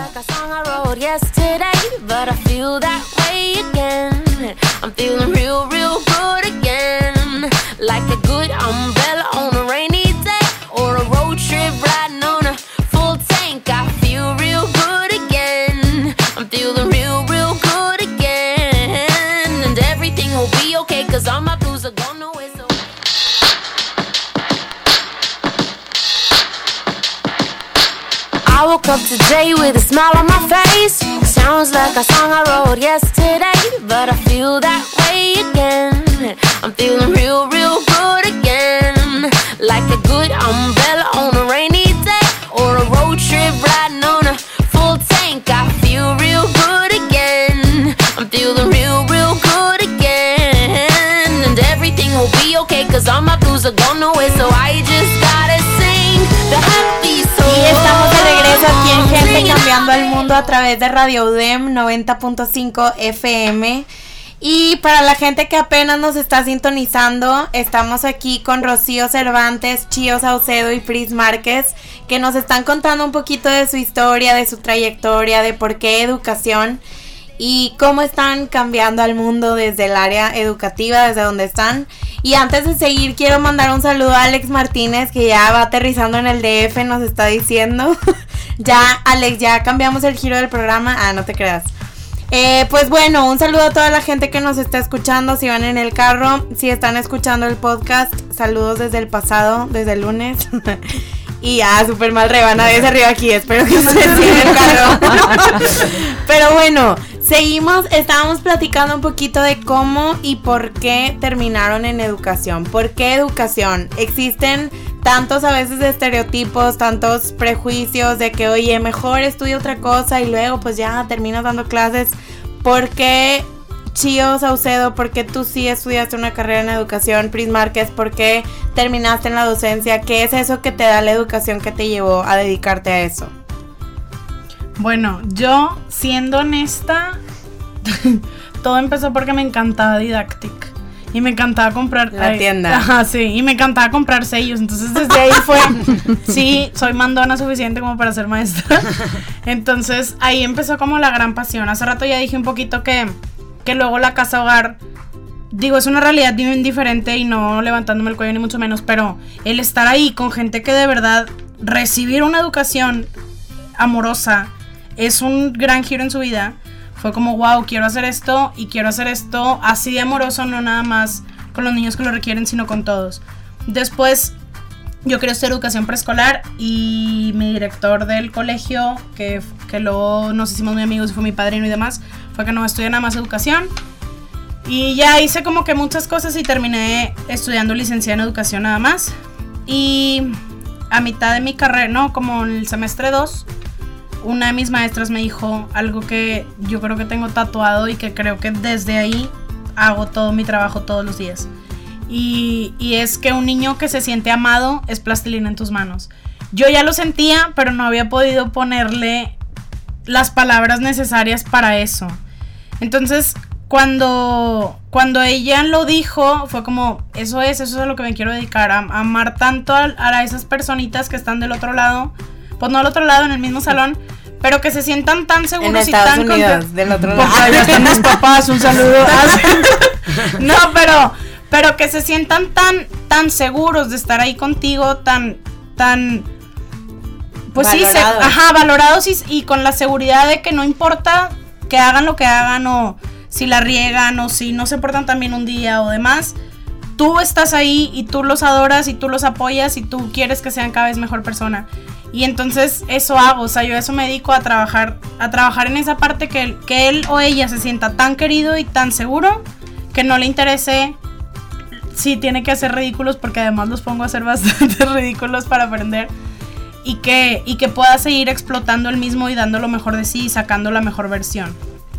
Cause all my blues are gone away, so I woke up today with a smile on my face. Sounds like a song I wrote yesterday, but I feel that way again. I'm feeling real, real good again. Like a good umbrella on a rainy day, or a road trip riding on a full tank. I feel real good again. it, so I just gotta sing the happy song. Y estamos de regreso aquí en Gente Cambiando el Mundo a través de Radio U D E M noventa punto cinco F M. Y para la gente que apenas nos está sintonizando, estamos aquí con Rocío Cervantes, Chío Saucedo y Pris Márquez, que nos están contando un poquito de su historia, de su trayectoria, de por qué educación y cómo están cambiando al mundo desde el área educativa, desde donde están. Y antes de seguir, quiero mandar un saludo a Alex Martínez, que ya va aterrizando en el D F, nos está diciendo. Ya, Alex, ya cambiamos el giro del programa. Ah, no te creas. Eh, pues bueno, un saludo a toda la gente que nos está escuchando, si van en el carro, si están escuchando el podcast, saludos desde el pasado, desde el lunes. Y ya, súper mal rebana de arriba aquí, espero que ustedes sigan el carro. Pero bueno, seguimos, estábamos platicando un poquito de cómo y por qué terminaron en educación. ¿Por qué educación? Existen tantos a veces estereotipos, tantos prejuicios de que, oye, mejor estudia otra cosa y luego pues ya terminas dando clases. ¿Por qué, Chío Saucedo, por qué tú sí estudiaste una carrera en educación? Pris Márquez, ¿por qué terminaste en la docencia? ¿Qué es eso que te da la educación que te llevó a dedicarte a eso? Bueno, yo, siendo honesta, todo empezó porque me encantaba Didactic. Y me encantaba comprar... La ay, tienda. Ajá, sí. Y me encantaba comprar sellos. Entonces, desde ahí fue... Sí, soy mandona suficiente como para ser maestra. Entonces, ahí empezó como la gran pasión. Hace rato ya dije un poquito que... Que luego la casa hogar... Digo, es una realidad bien diferente y no levantándome el cuello ni mucho menos. Pero el estar ahí con gente que de verdad... Recibir una educación amorosa... Es un gran giro en su vida... Fue como, wow, quiero hacer esto y quiero hacer esto así de amoroso, no nada más con los niños que lo requieren, sino con todos. Después, yo quería hacer educación preescolar y mi director del colegio, que, que luego nos hicimos muy amigos y fue mi padrino y demás, fue que no estudié nada más educación. Y ya hice como que muchas cosas y terminé estudiando licenciada en educación nada más. Y a mitad de mi carrera, no, como en el semestre dos... Una de mis maestras me dijo algo que yo creo que tengo tatuado y que creo que desde ahí hago todo mi trabajo todos los días. Y, y es que un niño que se siente amado es plastilina en tus manos. Yo ya lo sentía, pero no había podido ponerle las palabras necesarias para eso. Entonces, cuando, cuando ella lo dijo, fue como, eso es, eso es a lo que me quiero dedicar, a, a amar tanto a, a esas personitas que están del otro lado. Pues no al otro lado, en el mismo salón, pero que se sientan tan seguros en y Estados tan Unidos, contentos. del otro lado. Porque allá están mis papás, un saludo. No, pero, pero que se sientan tan, tan seguros de estar ahí contigo, tan, tan, pues valorados. sí, se, ajá, valorados y, y con la seguridad de que no importa que hagan lo que hagan o si la riegan o si no se portan tan bien un día o demás. Tú estás ahí y tú los adoras y tú los apoyas y tú quieres que sean cada vez mejor persona. Y entonces eso hago, o sea, yo eso me dedico a trabajar, a trabajar en esa parte que él, que él o ella se sienta tan querido y tan seguro que no le interese si tiene que hacer ridículos, porque además los pongo a hacer bastante ridículos para aprender, y que, y que pueda seguir explotando el mismo y dando lo mejor de sí y sacando la mejor versión.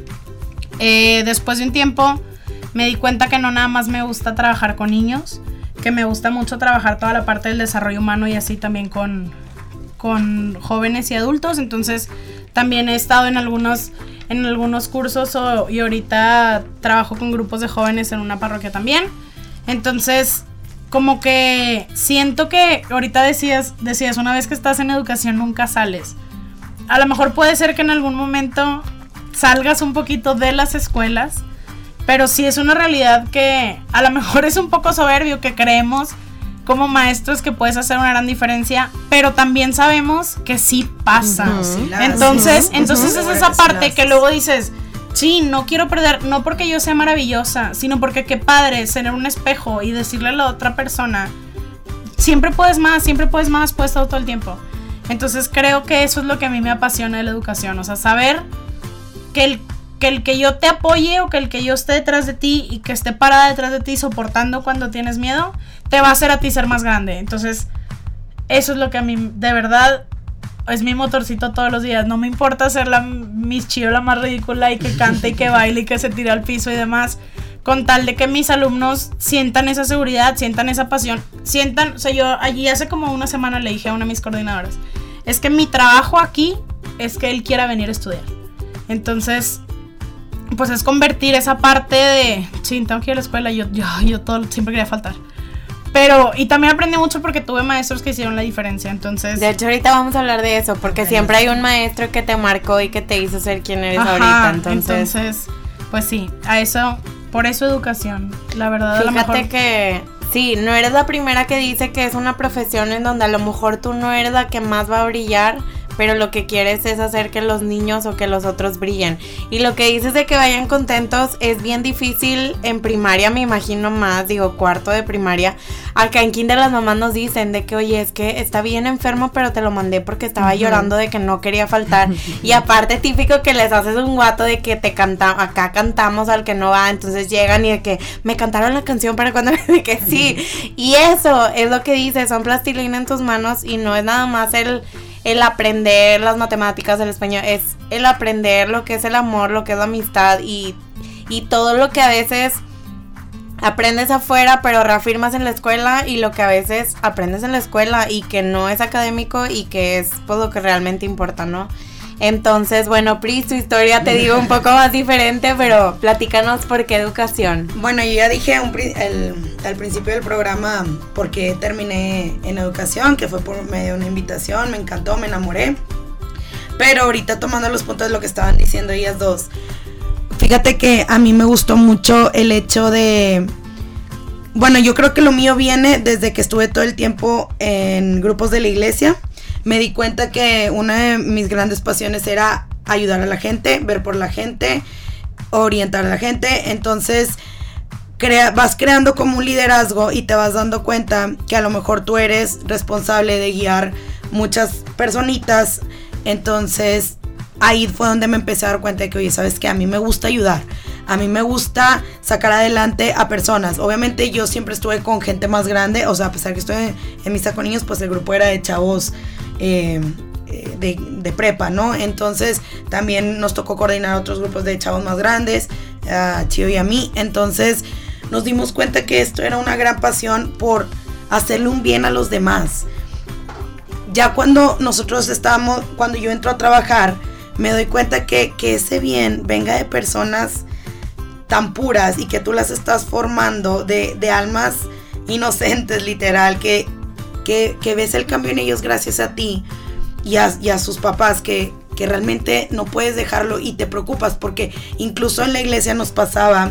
Eh, después de un tiempo me di cuenta que no nada más me gusta trabajar con niños, que me gusta mucho trabajar toda la parte del desarrollo humano y así también con... con jóvenes y adultos. Entonces también he estado en algunos en algunos cursos o, y ahorita trabajo con grupos de jóvenes en una parroquia también. Entonces como que siento que ahorita decías decías una vez que estás en educación nunca sales. A lo mejor puede ser que en algún momento salgas un poquito de las escuelas, pero sí es una realidad que a lo mejor es un poco soberbio que creemos como maestros que puedes hacer una gran diferencia, pero también sabemos que sí pasa. Uh-huh. Sí, entonces, uh-huh. entonces uh-huh. es esa parte que luego dices, sí, no quiero perder, no porque yo sea maravillosa, sino porque qué padre tener un espejo y decirle a la otra persona, siempre puedes más, siempre puedes más, puedes todo, todo el tiempo. Entonces creo que eso es lo que a mí me apasiona de la educación, o sea, saber que el que el que yo te apoye o que el que yo esté detrás de ti y que esté parada detrás de ti soportando cuando tienes miedo, te va a hacer a ti ser más grande. Entonces, eso es lo que a mí, de verdad, es mi motorcito todos los días. No me importa ser la Miss Chío, la más ridícula y que cante y que baile y que se tire al piso y demás, con tal de que mis alumnos sientan esa seguridad, sientan esa pasión, sientan, o sea, yo allí hace como una semana le dije a una de mis coordinadoras, es que mi trabajo aquí es que él quiera venir a estudiar. Entonces, pues es convertir esa parte de, sí, tengo que ir a la escuela, yo, yo, yo todo, siempre quería faltar. Pero, y también aprendí mucho porque tuve maestros que hicieron la diferencia, entonces... De hecho, ahorita vamos a hablar de eso, porque okay. siempre hay un maestro que te marcó y que te hizo ser quien eres. Ajá, ahorita, entonces... entonces, pues sí, a eso, por eso educación, la verdad. Fíjate a lo mejor... que, sí, no eres la primera que dice que es una profesión en donde a lo mejor tú no eres la que más va a brillar, pero lo que quieres es hacer que los niños o que los otros brillen. Y lo que dices de que vayan contentos es bien difícil en primaria, me imagino más, digo, cuarto de primaria. Acá en kinder las mamás nos dicen de que, oye, es que está bien enfermo, pero te lo mandé porque estaba uh-huh. llorando de que no quería faltar. Y aparte típico que les haces un guato de que te cantamos, acá cantamos al que no va, entonces llegan y de que me cantaron la canción para cuando de que sí. Y eso es lo que dices, son plastilina en tus manos y no es nada más el... el aprender las matemáticas, el español, es el aprender lo que es el amor, lo que es la amistad y, y todo lo que a veces aprendes afuera pero reafirmas en la escuela y lo que a veces aprendes en la escuela y que no es académico y que es pues lo que realmente importa, ¿no? Entonces, bueno, Pris, tu historia te digo un poco más diferente, pero platícanos por qué educación. Bueno, yo ya dije un, el, al principio del programa por qué terminé en educación, que fue por medio de una invitación, me encantó, me enamoré. Pero ahorita tomando los puntos de lo que estaban diciendo ellas dos, fíjate que a mí me gustó mucho el hecho de... Bueno, yo creo que lo mío viene desde que estuve todo el tiempo en grupos de la iglesia. Me di cuenta que una de mis grandes pasiones era ayudar a la gente, ver por la gente, orientar a la gente. Entonces crea, vas creando como un liderazgo y te vas dando cuenta que a lo mejor tú eres responsable de guiar muchas personitas. Entonces ahí fue donde me empecé a dar cuenta de que, oye, ¿sabes qué? A mí me gusta ayudar. A mí me gusta sacar adelante a personas. Obviamente yo siempre estuve con gente más grande. O sea, a pesar que estoy en, en Misa con Niños, pues el grupo era de chavos eh, de, de prepa, ¿no? Entonces también nos tocó coordinar otros grupos de chavos más grandes, a Chío y a mí. Entonces nos dimos cuenta que esto era una gran pasión por hacerle un bien a los demás. Ya cuando nosotros estábamos, cuando yo entro a trabajar, me doy cuenta que, que ese bien venga de personas tan puras y que tú las estás formando de, de almas inocentes, literal, que, que, que ves el cambio en ellos gracias a ti y a, y a sus papás, que, que realmente no puedes dejarlo y te preocupas, porque incluso en la iglesia nos pasaba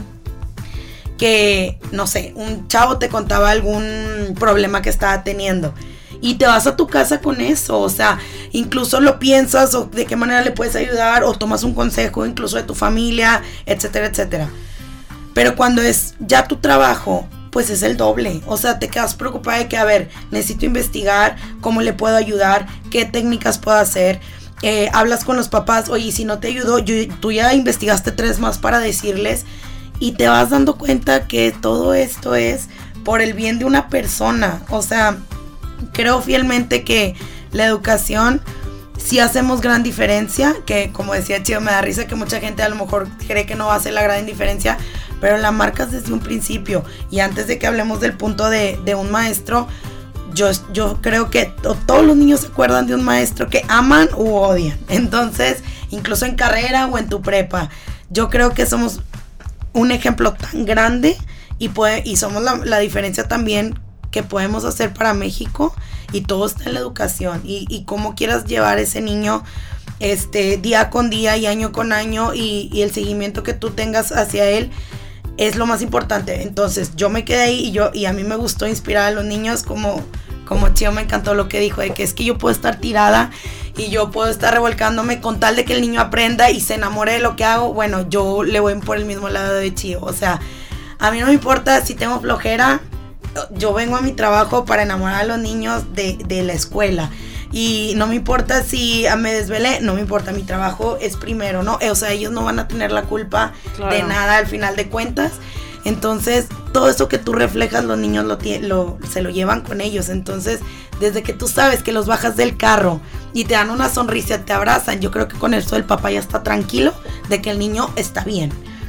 que, no sé, un chavo te contaba algún problema que estaba teniendo y te vas a tu casa con eso, o sea, incluso lo piensas o de qué manera le puedes ayudar o tomas un consejo incluso de tu familia, etcétera, etcétera. Pero cuando es ya tu trabajo, pues es el doble, o sea, te quedas preocupada de que, a ver, necesito investigar cómo le puedo ayudar, qué técnicas puedo hacer, eh, hablas con los papás, oye, si no te ayudo, yo, tú ya investigaste tres más para decirles y te vas dando cuenta que todo esto es por el bien de una persona, o sea, creo fielmente que la educación sí hacemos gran diferencia, que como decía Chío, me da risa que mucha gente a lo mejor cree que no va a hacer la gran diferencia, pero la marcas desde un principio. Y antes de que hablemos del punto de, de un maestro, yo, yo creo que to, todos los niños se acuerdan de un maestro que aman u odian. Entonces, incluso en carrera o en tu prepa, yo creo que somos un ejemplo tan grande y, puede, y somos la, la diferencia también que podemos hacer para México, y todo está en la educación y, y cómo quieras llevar ese niño este día con día y año con año y, y el seguimiento que tú tengas hacia él es lo más importante. Entonces yo me quedé ahí y yo y a mí me gustó inspirar a los niños, como como Chío me encantó lo que dijo, de que es que yo puedo estar tirada y yo puedo estar revolcándome con tal de que el niño aprenda y se enamore de lo que hago. Bueno, yo le voy por el mismo lado de Chío, o sea, a mí no me importa si tengo flojera. Yo vengo a mi trabajo para enamorar a los niños de, de la escuela. Y no me importa si me desvelé, no me importa, mi trabajo es primero, ¿no? O sea, ellos no van a tener la culpa claro. de nada al final de cuentas. Entonces, todo eso que tú reflejas, los niños lo, lo, se lo llevan con ellos. Entonces, desde que tú sabes que los bajas del carro y te dan una sonrisa, te abrazan, yo creo que con eso el papá ya está tranquilo de que el niño está bien.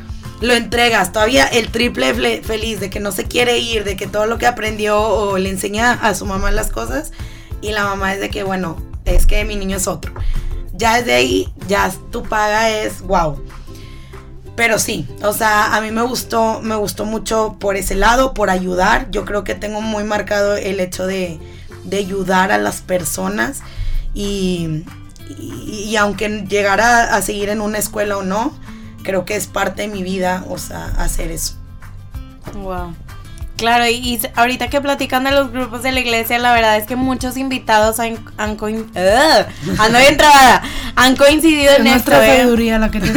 lo entregas, todavía el triple fle- feliz de que no se quiere ir, de que todo lo que aprendió o le enseña a su mamá las cosas, y la mamá es de que, bueno, es que mi niño es otro. Ya desde ahí, ya tu paga es wow. Pero sí, o sea, a mí me gustó, me gustó mucho por ese lado, por ayudar. Yo creo que tengo muy marcado el hecho de, de ayudar a las personas y, y, y aunque llegara a seguir en una escuela o no, creo que es parte de mi vida, o sea, hacer eso. Wow. Claro, y, y ahorita que platican de los grupos de la iglesia, la verdad es que muchos invitados han, han, coin- uh, ando bien trabada, han coincidido Es en nuestra esto, ¿eh? sabiduría la que te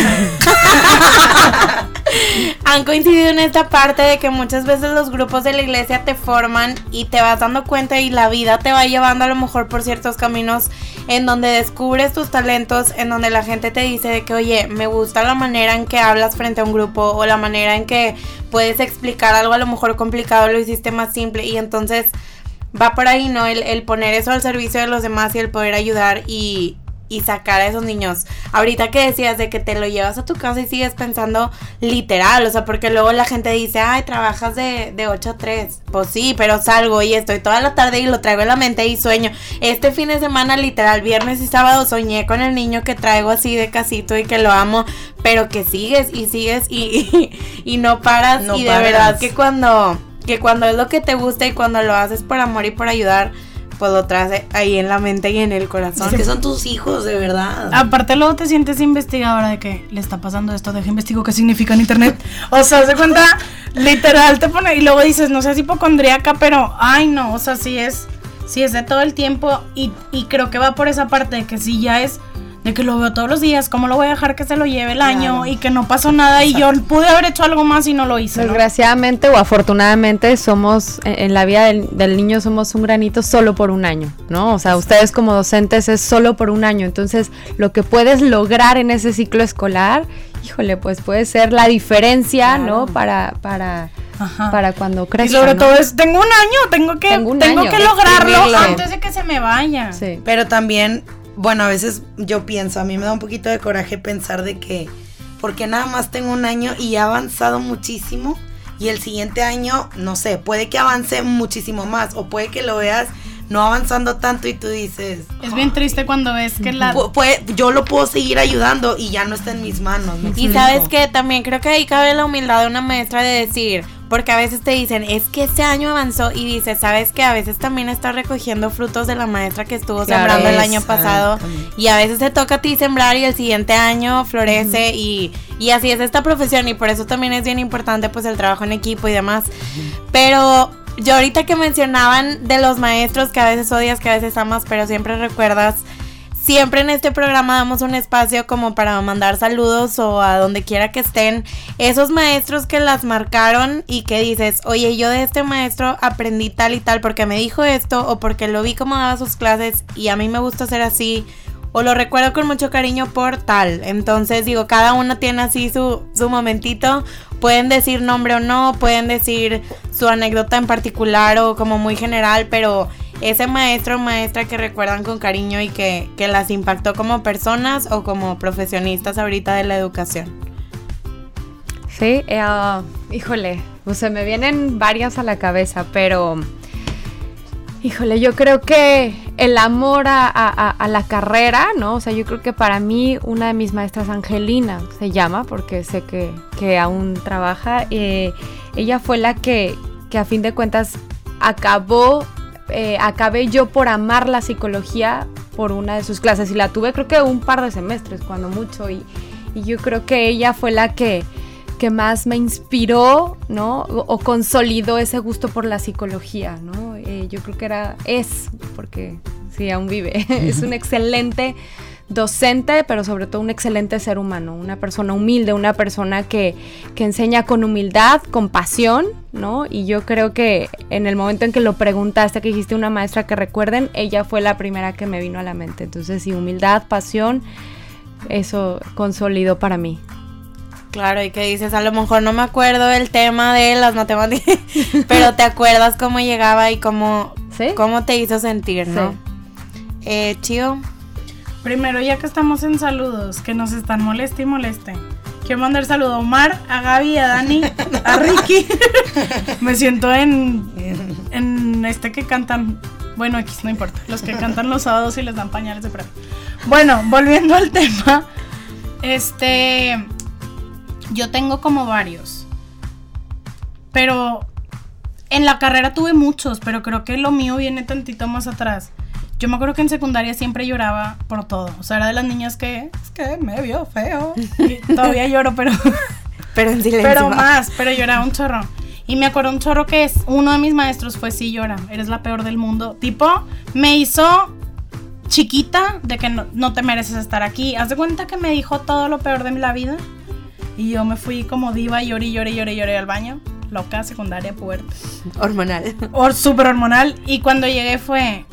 Han coincidido en esta parte de que muchas veces los grupos de la iglesia te forman y te vas dando cuenta y la vida te va llevando a lo mejor por ciertos caminos en donde descubres tus talentos, en donde la gente te dice de que, oye, me gusta la manera en que hablas frente a un grupo o la manera en que puedes explicar algo a lo mejor complicado, lo hiciste más simple, y entonces va por ahí, ¿no? El, el poner eso al servicio de los demás y el poder ayudar y... y sacar a esos niños. Ahorita que decías de que te lo llevas a tu casa y sigues pensando literal, o sea, porque luego la gente dice, ay, trabajas de, de ocho a tres. Pues sí, pero salgo y estoy toda la tarde y lo traigo en la mente y sueño. Este fin de semana, literal, viernes y sábado, soñé con el niño que traigo así de casito y que lo amo, pero que sigues y sigues y, y, y no paras. No y de paras. verdad que cuando, que cuando es lo que te gusta y cuando lo haces por amor y por ayudar, pues lo traes ahí en la mente y en el corazón. Es que son tus hijos, de verdad. Aparte luego te sientes investigadora de que le está pasando esto, deja investigo qué significa en internet. O sea, se cuenta, literal te pone, y luego dices, no seas hipocondríaca, pero ay no, o sea, sí es, sí es de todo el tiempo, y, y creo que va por esa parte de que si ya es de que lo veo todos los días, ¿cómo lo voy a dejar que se lo lleve el Claro. año y que no pasó nada? Exacto. Y yo pude haber hecho algo más y no lo hice, ¿no? Desgraciadamente o afortunadamente somos, en, en la vida del, del niño somos un granito solo por un año, ¿no? O sea, ustedes como docentes es solo por un año, entonces lo que puedes lograr en ese ciclo escolar, híjole, pues puede ser la diferencia, claro, ¿no? Para, para, Ajá. para cuando crezca, Y sobre ¿no? todo es, tengo un año, tengo que, Tengo un tengo año. que lograrlo Escribirlo. antes de que se me vaya. Sí. Pero también, bueno, a veces yo pienso, a mí me da un poquito de coraje pensar de que, porque nada más tengo un año y he avanzado muchísimo, y el siguiente año, no sé, puede que avance muchísimo más, o puede que lo veas no avanzando tanto y tú dices... Es bien triste cuando ves que la... pu- puede- yo lo puedo seguir ayudando y ya no está en mis manos. ¿me Y explico? sabes que también creo que ahí cabe la humildad de una maestra de decir, porque a veces te dicen, es que este año avanzó, y dices, sabes que a veces también estás recogiendo frutos de la maestra que estuvo Claro, sembrando el año pasado, exactamente. y a veces te toca a ti sembrar y el siguiente año florece, uh-huh. y, y así es esta profesión, y por eso también es bien importante pues el trabajo en equipo y demás. Uh-huh. Pero yo ahorita que mencionaban de los maestros que a veces odias, que a veces amas, pero siempre recuerdas, siempre en este programa damos un espacio como para mandar saludos o a donde quiera que estén, esos maestros que las marcaron y que dices, oye, yo de este maestro aprendí tal y tal porque me dijo esto, o porque lo vi como daba sus clases y a mí me gusta ser así, o lo recuerdo con mucho cariño por tal. Entonces digo, cada uno tiene así su, su momentito. Pueden decir nombre o no, pueden decir su anécdota en particular o como muy general, pero ese maestro o maestra que recuerdan con cariño y que, que las impactó como personas o como profesionistas ahorita de la educación. Sí, eh, uh, híjole, pues se me vienen varias a la cabeza, pero híjole, yo creo que el amor a, a, a la carrera, ¿no? O sea, yo creo que para mí una de mis maestras, Angelina se llama, porque sé que, que aún trabaja, eh, ella fue la que, que a fin de cuentas acabó, eh, acabé yo por amar la psicología por una de sus clases, y la tuve creo que un par de semestres, cuando mucho, y, y yo creo que ella fue la que que más me inspiró, ¿no? O, o consolidó ese gusto por la psicología, ¿no? Eh, yo creo que era, es, porque sí, aún vive, es un excelente docente, pero sobre todo un excelente ser humano, una persona humilde, una persona que, que enseña con humildad, con pasión, ¿no? Y yo creo que en el momento en que lo preguntaste, que dijiste una maestra que recuerden, ella fue la primera que me vino a la mente. Entonces, sí, humildad, pasión, eso consolidó para mí. Claro, y que dices, a lo mejor no me acuerdo el tema de las matemáticas, pero te acuerdas cómo llegaba y cómo, ¿sí? cómo te hizo sentir, ¿no? Sí. Eh, Chío. Primero, ya que estamos en saludos, que nos están moleste y moleste, Quiero mandar saludo a Omar, a Gaby, a Dani, a Ricky. Me siento en, en este que cantan, bueno, X, no importa, los que cantan los sábados y les dan pañales de premio. Bueno, volviendo al tema, este, yo tengo como varios, pero en la carrera tuve muchos, pero creo que lo mío viene tantito más atrás. Yo me acuerdo que en secundaria siempre lloraba por todo. O sea, era de las niñas que, es que me vio feo. Y todavía lloro, pero... Pero en silencio. Pero más, pero lloraba un chorro. Y me acuerdo un chorro que es, uno de mis maestros fue, sí, llora, eres la peor del mundo. Tipo, me hizo chiquita de que no, no te mereces estar aquí. Haz de cuenta que me dijo todo lo peor de la vida. Y yo me fui como diva, lloré, lloré, lloré, lloré al baño. Loca, secundaria, puerta. Hormonal. O súper hormonal. Y cuando llegué fue...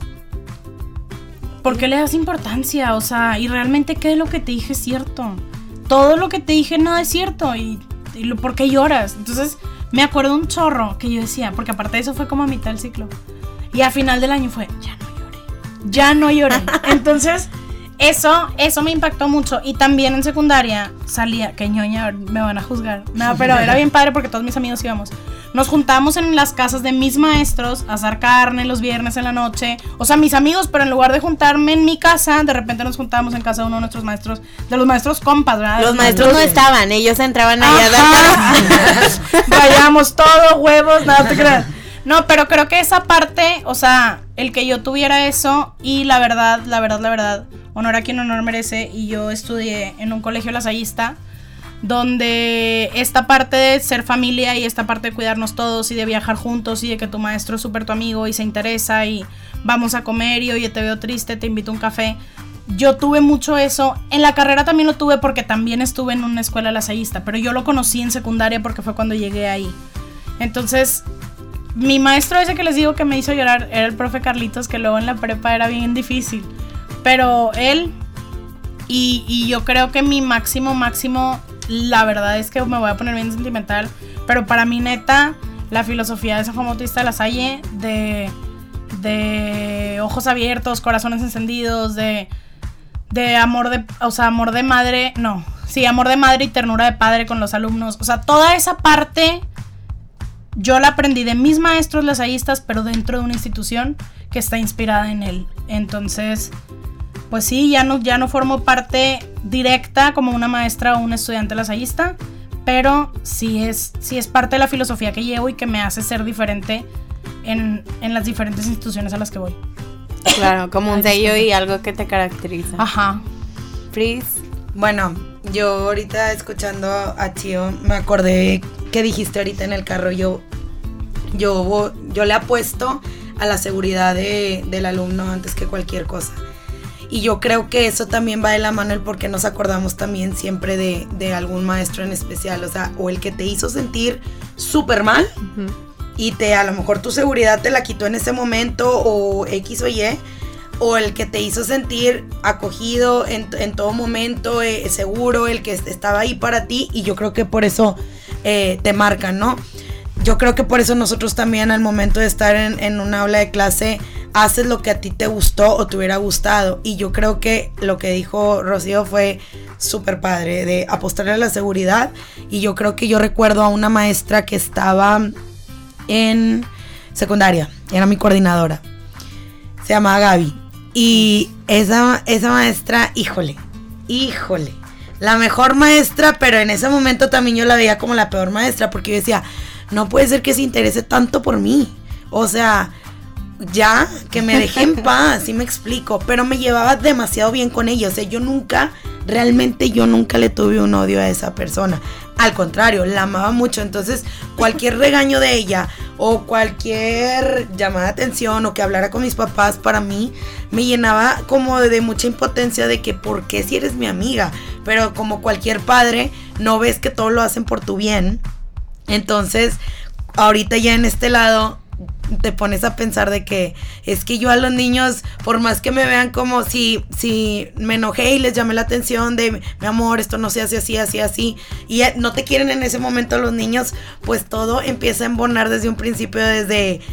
¿Por qué le das importancia? O sea, y realmente qué es lo que te dije es cierto. Todo lo que te dije no es cierto. Y, y lo, ¿por qué lloras? Entonces me acuerdo un chorro que yo decía, porque aparte de eso fue como a mitad del ciclo. Y a final del año fue, ya no lloré. Ya no lloré. Entonces, eso, eso me impactó mucho. Y también en secundaria salía, que ñoña, me van a juzgar. No, pero era bien padre porque todos mis amigos íbamos. Nos juntábamos en las casas de mis maestros a asar carne los viernes en la noche. O sea, mis amigos, pero en lugar de juntarme en mi casa, de repente nos juntábamos en casa de uno de nuestros maestros, de los maestros compas, ¿verdad? Los maestros no estaban, ellos entraban allá a dar. Vayamos todo, huevos, nada te creas. No, pero creo que esa parte, o sea, el que yo tuviera eso y la verdad, la verdad, la verdad, honor a quien honor merece. Y yo estudié en un colegio lasallista, donde esta parte de ser familia y esta parte de cuidarnos todos y de viajar juntos y de que tu maestro es súper tu amigo y se interesa y vamos a comer y oye te veo triste, te invito a un café. Yo tuve mucho eso. En la carrera también lo tuve porque también estuve en una escuela lasallista, pero yo lo conocí en secundaria porque fue cuando llegué ahí. Entonces, mi maestro ese que les digo que me hizo llorar era el profe Carlitos, que luego en la prepa era bien difícil. Pero él y, y yo creo que mi máximo, máximo... La verdad es que me voy a poner bien sentimental, pero para mí neta, la filosofía de San Juan Bautista de la Salle, de, de ojos abiertos, corazones encendidos, de, de amor de, o sea, amor de madre, no, sí, amor de madre y ternura de padre con los alumnos, o sea, toda esa parte yo la aprendí de mis maestros lasallistas, pero dentro de una institución que está inspirada en él. Entonces... Pues sí, ya no, ya no formo parte directa como una maestra o un estudiante lasallista, pero sí es, sí es parte de la filosofía que llevo y que me hace ser diferente en, en las diferentes instituciones a las que voy. Claro, como un sello y algo que te caracteriza. Ajá. Pris. Bueno, yo ahorita escuchando a Chio me acordé que dijiste ahorita en el carro, yo, yo, yo le apuesto a la seguridad de, del alumno antes que cualquier cosa. Y yo creo que eso también va de la mano el por qué nos acordamos también siempre de, de algún maestro en especial, o sea, o el que te hizo sentir súper mal, uh-huh. y te a lo mejor tu seguridad te la quitó en ese momento o X o Y, o el que te hizo sentir acogido en, en todo momento, eh, seguro, el que estaba ahí para ti, y yo creo que por eso eh, te marcan, ¿no? Yo creo que por eso nosotros también al momento de estar en, en una aula de clase haces lo que a ti te gustó o te hubiera gustado, y yo creo que lo que dijo Rocío fue súper padre, de apostarle a la seguridad. Y yo creo que yo recuerdo a una maestra que estaba en secundaria, era mi coordinadora, se llamaba Gaby, y esa, esa maestra, híjole, híjole, la mejor maestra, pero en ese momento también yo la veía como la peor maestra, porque yo decía, no puede ser que se interese tanto por mí, o sea, ya, que me deje en paz, sí me explico, pero me llevaba demasiado bien con ella, o sea, yo nunca, realmente yo nunca le tuve un odio a esa persona, al contrario, la amaba mucho. Entonces cualquier regaño de ella o cualquier llamada de atención o que hablara con mis papás, para mí me llenaba como de mucha impotencia de que ¿por qué si eres mi amiga? Pero como cualquier padre, no ves que todo lo hacen por tu bien. Entonces ahorita ya en este lado te pones a pensar de que es que yo a los niños, por más que me vean como si, si me enojé y les llamé la atención de mi amor, esto no se hace así, así, así, y no te quieren en ese momento los niños, pues todo empieza a embonar desde un principio, desde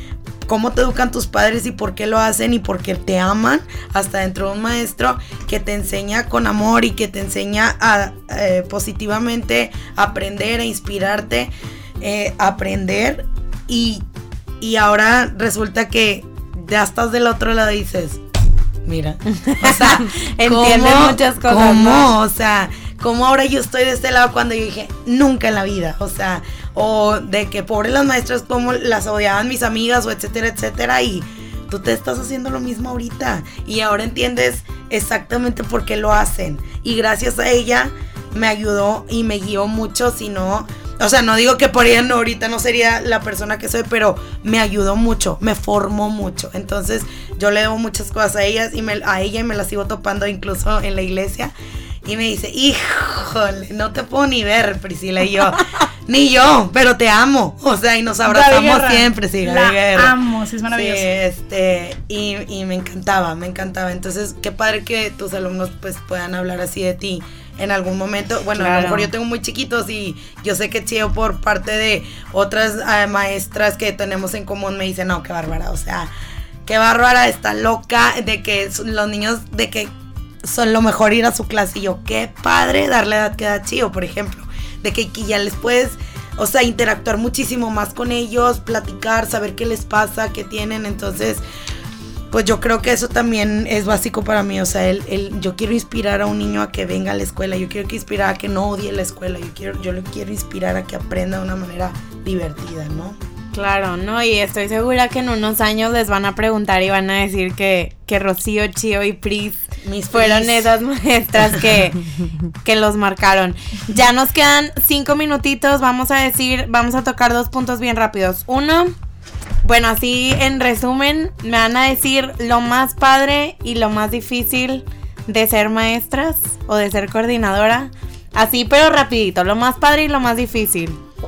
cómo te educan tus padres y por qué lo hacen y por qué te aman, hasta dentro de un maestro que te enseña con amor y que te enseña a eh, positivamente aprender, a inspirarte, eh, aprender y, y ahora resulta que ya estás del otro lado y dices, mira, o sea, entienden muchas cosas, ¿cómo? ¿no? O sea, ¿cómo ahora yo estoy de este lado cuando yo dije, nunca en la vida? O sea, o de que pobres las maestras, como las odiaban mis amigas, o etcétera, etcétera, y tú te estás haciendo lo mismo ahorita, y ahora entiendes exactamente por qué lo hacen, y gracias a ella me ayudó y me guió mucho, si no... O sea, no digo que por ella no, ahorita no sería la persona que soy, pero me ayudó mucho, me formó mucho. Entonces, yo le debo muchas cosas a ellas y me, a ella y me las sigo topando incluso en la iglesia. Y me dice, híjole, no te puedo ni ver, Priscila, y yo, ni yo, pero te amo. O sea, y nos abrazamos siempre, sí, la Guerra. amo, sí, es maravilloso. Sí, este, y, y me encantaba, me encantaba. Entonces, qué padre que tus alumnos pues puedan hablar así de ti en algún momento. Bueno, claro. A lo mejor yo tengo muy chiquitos y yo sé que Chío por parte de otras uh, maestras que tenemos en común me dicen, no, qué bárbara, o sea, qué bárbara, está loca de que los niños, de que son lo mejor ir a su clase. Y yo, qué padre dar la edad que da Chío, por ejemplo, de que, que ya les puedes, o sea, interactuar muchísimo más con ellos, platicar, saber qué les pasa, qué tienen. Entonces, pues yo creo que eso también es básico para mí. O sea, el, el, yo quiero inspirar a un niño a que venga a la escuela, yo quiero que inspirar a que no odie la escuela, yo quiero, yo le quiero inspirar a que aprenda de una manera divertida, ¿no? Claro, no, y estoy segura que en unos años les van a preguntar y van a decir que, que Rocío, Chío y Pris Mis fueron Pris. Esas maestras que, que los marcaron. Ya nos quedan cinco minutitos, vamos a decir, vamos a tocar dos puntos bien rápidos. Uno, bueno, así en resumen, me van a decir lo más padre y lo más difícil de ser maestras o de ser coordinadora. Así, pero rapidito, lo más padre y lo más difícil.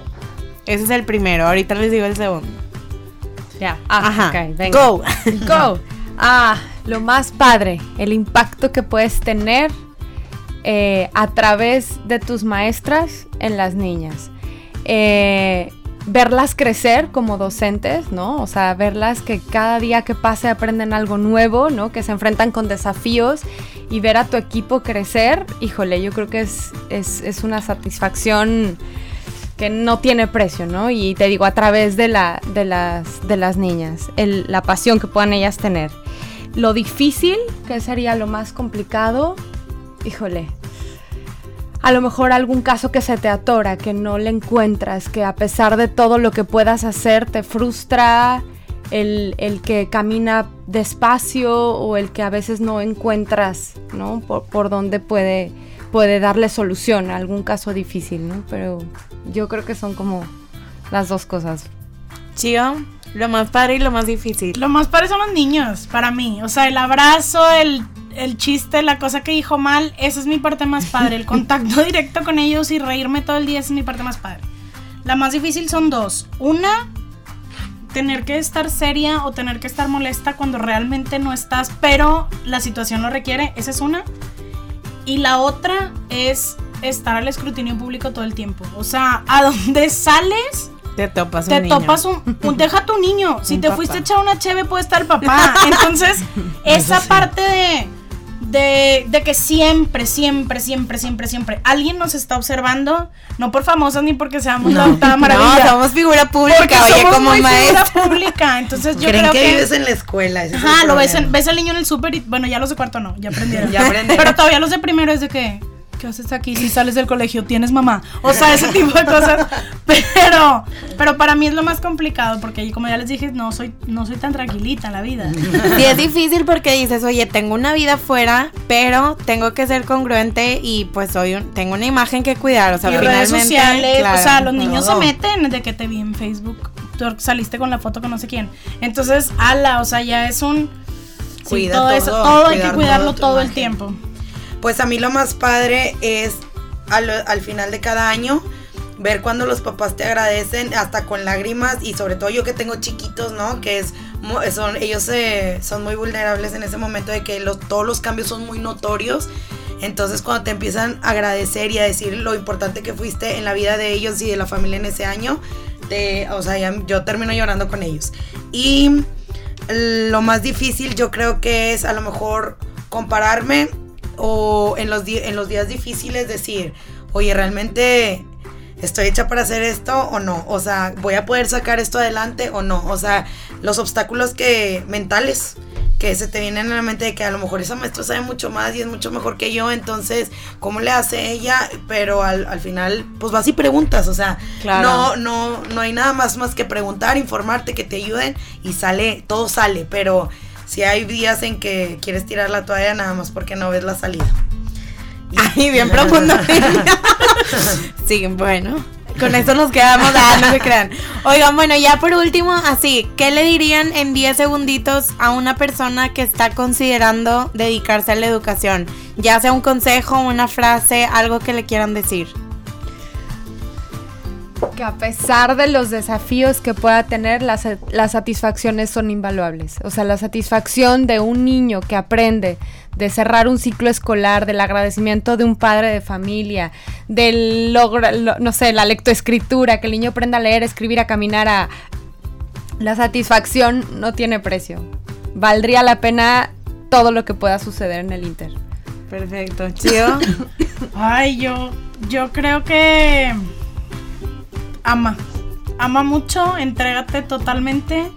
Ese es el primero, ahorita les digo el segundo. Ya, ah, ajá, okay, venga. Go. Go. Ah, lo más padre, el impacto que puedes tener eh, a través de tus maestras en las niñas. Eh, verlas crecer como docentes, ¿no? O sea, verlas que cada día que pase aprenden algo nuevo, ¿no? Que se enfrentan con desafíos y ver a tu equipo crecer, híjole, yo creo que es, es, es una satisfacción que no tiene precio, ¿no? Y te digo, a través de, la, de, las, de las niñas, el, la pasión que puedan ellas tener. Lo difícil, que sería lo más complicado, híjole, a lo mejor algún caso que se te atora, que no le encuentras, que a pesar de todo lo que puedas hacer, te frustra el, el que camina despacio o el que a veces no encuentras, ¿no? Por, por dónde puede... puede darle solución a algún caso difícil, ¿no? Pero yo creo que son como las dos cosas. Chío, lo más padre y lo más difícil. Lo más padre son los niños, para mí. O sea, el abrazo, el, el chiste, la cosa que dijo mal, esa es mi parte más padre. El contacto directo con ellos y reírme todo el día, esa es mi parte más padre. La más difícil son dos. Una, tener que estar seria o tener que estar molesta cuando realmente no estás, pero la situación lo requiere, esa es una. Y la otra es estar al escrutinio público todo el tiempo. O sea, a donde sales, te topas un te niño. topas un, un deja tu niño. Si un te papá. fuiste a echar una cheve, puede estar el papá. Entonces, esa sí. parte de, de, de que siempre, siempre, siempre, siempre, siempre alguien nos está observando, no por famosas ni porque seamos no, la octava maravilla. No, somos figura pública, porque oye, somos como muy maestra. figura pública. Entonces, yo ¿Creen creo que, que vives en la escuela? Ese Ajá, es lo ves, en, ves al niño en el súper y, bueno, ya los de cuarto no, ya aprendieron. Ya aprendieron. Pero todavía los de primero es de que, ¿qué haces aquí? Si sales del colegio, ¿tienes mamá? O sea, ese tipo de cosas. Pero, pero para mí es lo más complicado, porque como ya les dije, no soy, no soy tan tranquilita en la vida. Sí, es difícil porque dices, oye, tengo una vida fuera, pero tengo que ser congruente y pues soy un, tengo una imagen que cuidar. O sea, y finalmente, redes sociales, claro, o sea, los niños todo. se meten de que te vi en Facebook, tú saliste con la foto con no sé quién. Entonces, ala, o sea, ya es un... Cuida sí, todo, todo, eso, todo hay que cuidar cuidarlo todo tu todo el imagen. tiempo. Pues a mí lo más padre es al, al final de cada año ver cuando los papás te agradecen hasta con lágrimas, y sobre todo yo que tengo chiquitos, ¿no? Que es son ellos eh, son muy vulnerables en ese momento de que los, todos los cambios son muy notorios. Entonces cuando te empiezan a agradecer y a decir lo importante que fuiste en la vida de ellos y de la familia en ese año, te, o sea, ya, yo termino llorando con ellos. Y lo más difícil yo creo que es a lo mejor compararme o en los, di- en los días difíciles decir, oye, realmente estoy hecha para hacer esto o no, o sea, voy a poder sacar esto adelante o no, o sea, los obstáculos que mentales que se te vienen a la mente de que a lo mejor esa maestra sabe mucho más y es mucho mejor que yo, entonces, ¿cómo le hace ella? Pero al, al final, pues vas y preguntas, o sea, Claro. no, no, no hay nada más más que preguntar, informarte, que te ayuden y sale, todo sale, pero si hay días en que quieres tirar la toalla nada más porque no ves la salida. Ay, bien profundo. Sí, bueno. Con eso nos quedamos, ah, no se crean. Oigan, bueno, ya por último, así, ¿qué le dirían en diez segunditos a una persona que está considerando dedicarse a la educación? Ya sea un consejo, una frase, algo que le quieran decir. Que a pesar de los desafíos que pueda tener, las, las satisfacciones son invaluables. O sea, la satisfacción de un niño que aprende, de cerrar un ciclo escolar, del agradecimiento de un padre de familia, del logro, lo, no sé, la lectoescritura, que el niño aprenda a leer, escribir, a caminar, a... La satisfacción no tiene precio. Valdría la pena todo lo que pueda suceder en el Inter. Perfecto. ¿Chío? Ay, yo, yo creo que ama, ama mucho, entrégate totalmente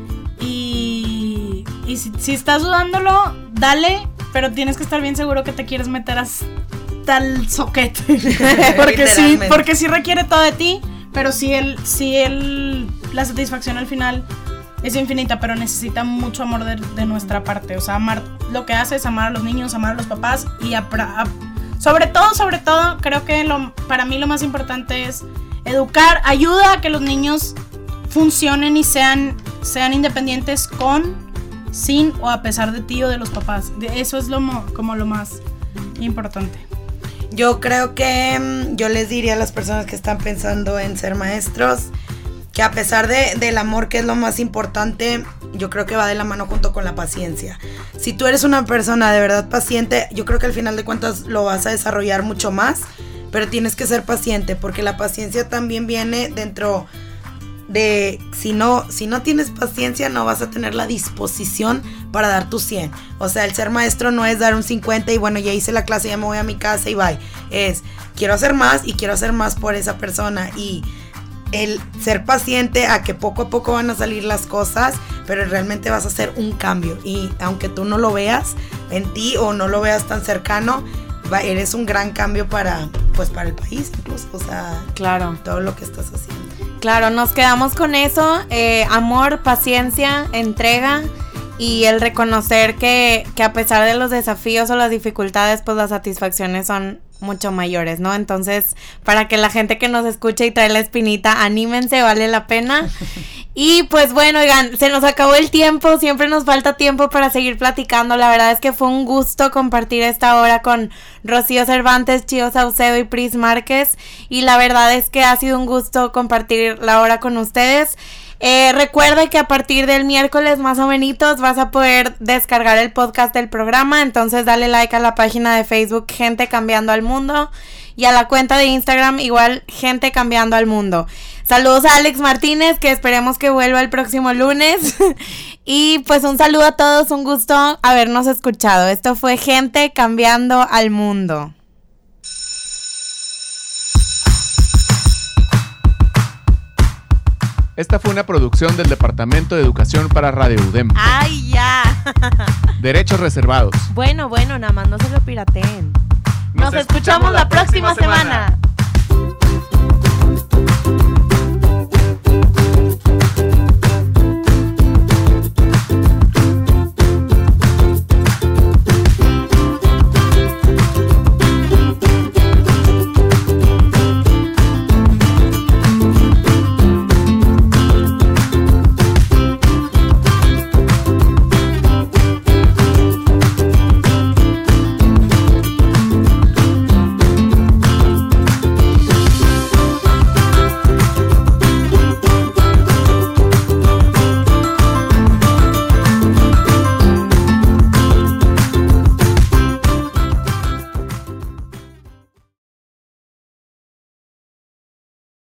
y, y si, si estás dudándolo, dale, pero tienes que estar bien seguro que te quieres meter hasta el soquete, porque sí, porque sí requiere todo de ti, pero sí el, sí el, la satisfacción al final es infinita, pero necesita mucho amor de, de nuestra parte, o sea, amar lo que haces, amar a los niños, amar a los papás y a, a, sobre todo, sobre todo, creo que lo, para mí lo más importante es educar, ayuda a que los niños funcionen y sean, sean independientes con, sin o a pesar de ti o de los papás. De eso es lo mo, como lo más importante. Yo creo que mmm, yo les diría a las personas que están pensando en ser maestros que a pesar de, del amor, que es lo más importante, yo creo que va de la mano junto con la paciencia. Si tú eres una persona de verdad paciente, yo creo que al final de cuentas lo vas a desarrollar mucho más, pero tienes que ser paciente, porque la paciencia también viene dentro de, si no, si no tienes paciencia, no vas a tener la disposición para dar tu cien. O sea, el ser maestro no es dar un cincuenta y bueno, ya hice la clase, ya me voy a mi casa y bye. Es, quiero hacer más y quiero hacer más por esa persona, y el ser paciente a que poco a poco van a salir las cosas, pero realmente vas a hacer un cambio, y aunque tú no lo veas en ti o no lo veas tan cercano, va, eres un gran cambio para, pues, para el país incluso, o sea, claro, todo lo que estás haciendo. Claro, nos quedamos con eso, eh, amor, paciencia, entrega y el reconocer que, que a pesar de los desafíos o las dificultades, pues las satisfacciones son mucho mayores, ¿no? Entonces, para que la gente que nos escucha y trae la espinita, anímense, vale la pena. Y pues bueno, oigan, se nos acabó el tiempo, siempre nos falta tiempo para seguir platicando. La verdad es que fue un gusto compartir esta hora con Rocío Cervantes, Chío Saucedo y Pris Márquez, y la verdad es que ha sido un gusto compartir la hora con ustedes. Eh, recuerda que a partir del miércoles más o menos vas a poder descargar el podcast del programa, entonces dale like a la página de Facebook Gente Cambiando al Mundo y a la cuenta de Instagram igual Gente Cambiando al Mundo. Saludos a Alex Martínez, que esperemos que vuelva el próximo lunes. Y pues un saludo a todos, un gusto habernos escuchado. Esto fue Gente Cambiando al Mundo. Esta fue una producción del Departamento de Educación para Radio U D E M. ¡Ay, ya! Derechos reservados. Bueno, bueno, nada más no se lo pirateen. Nos, Nos escuchamos la próxima semana. semana.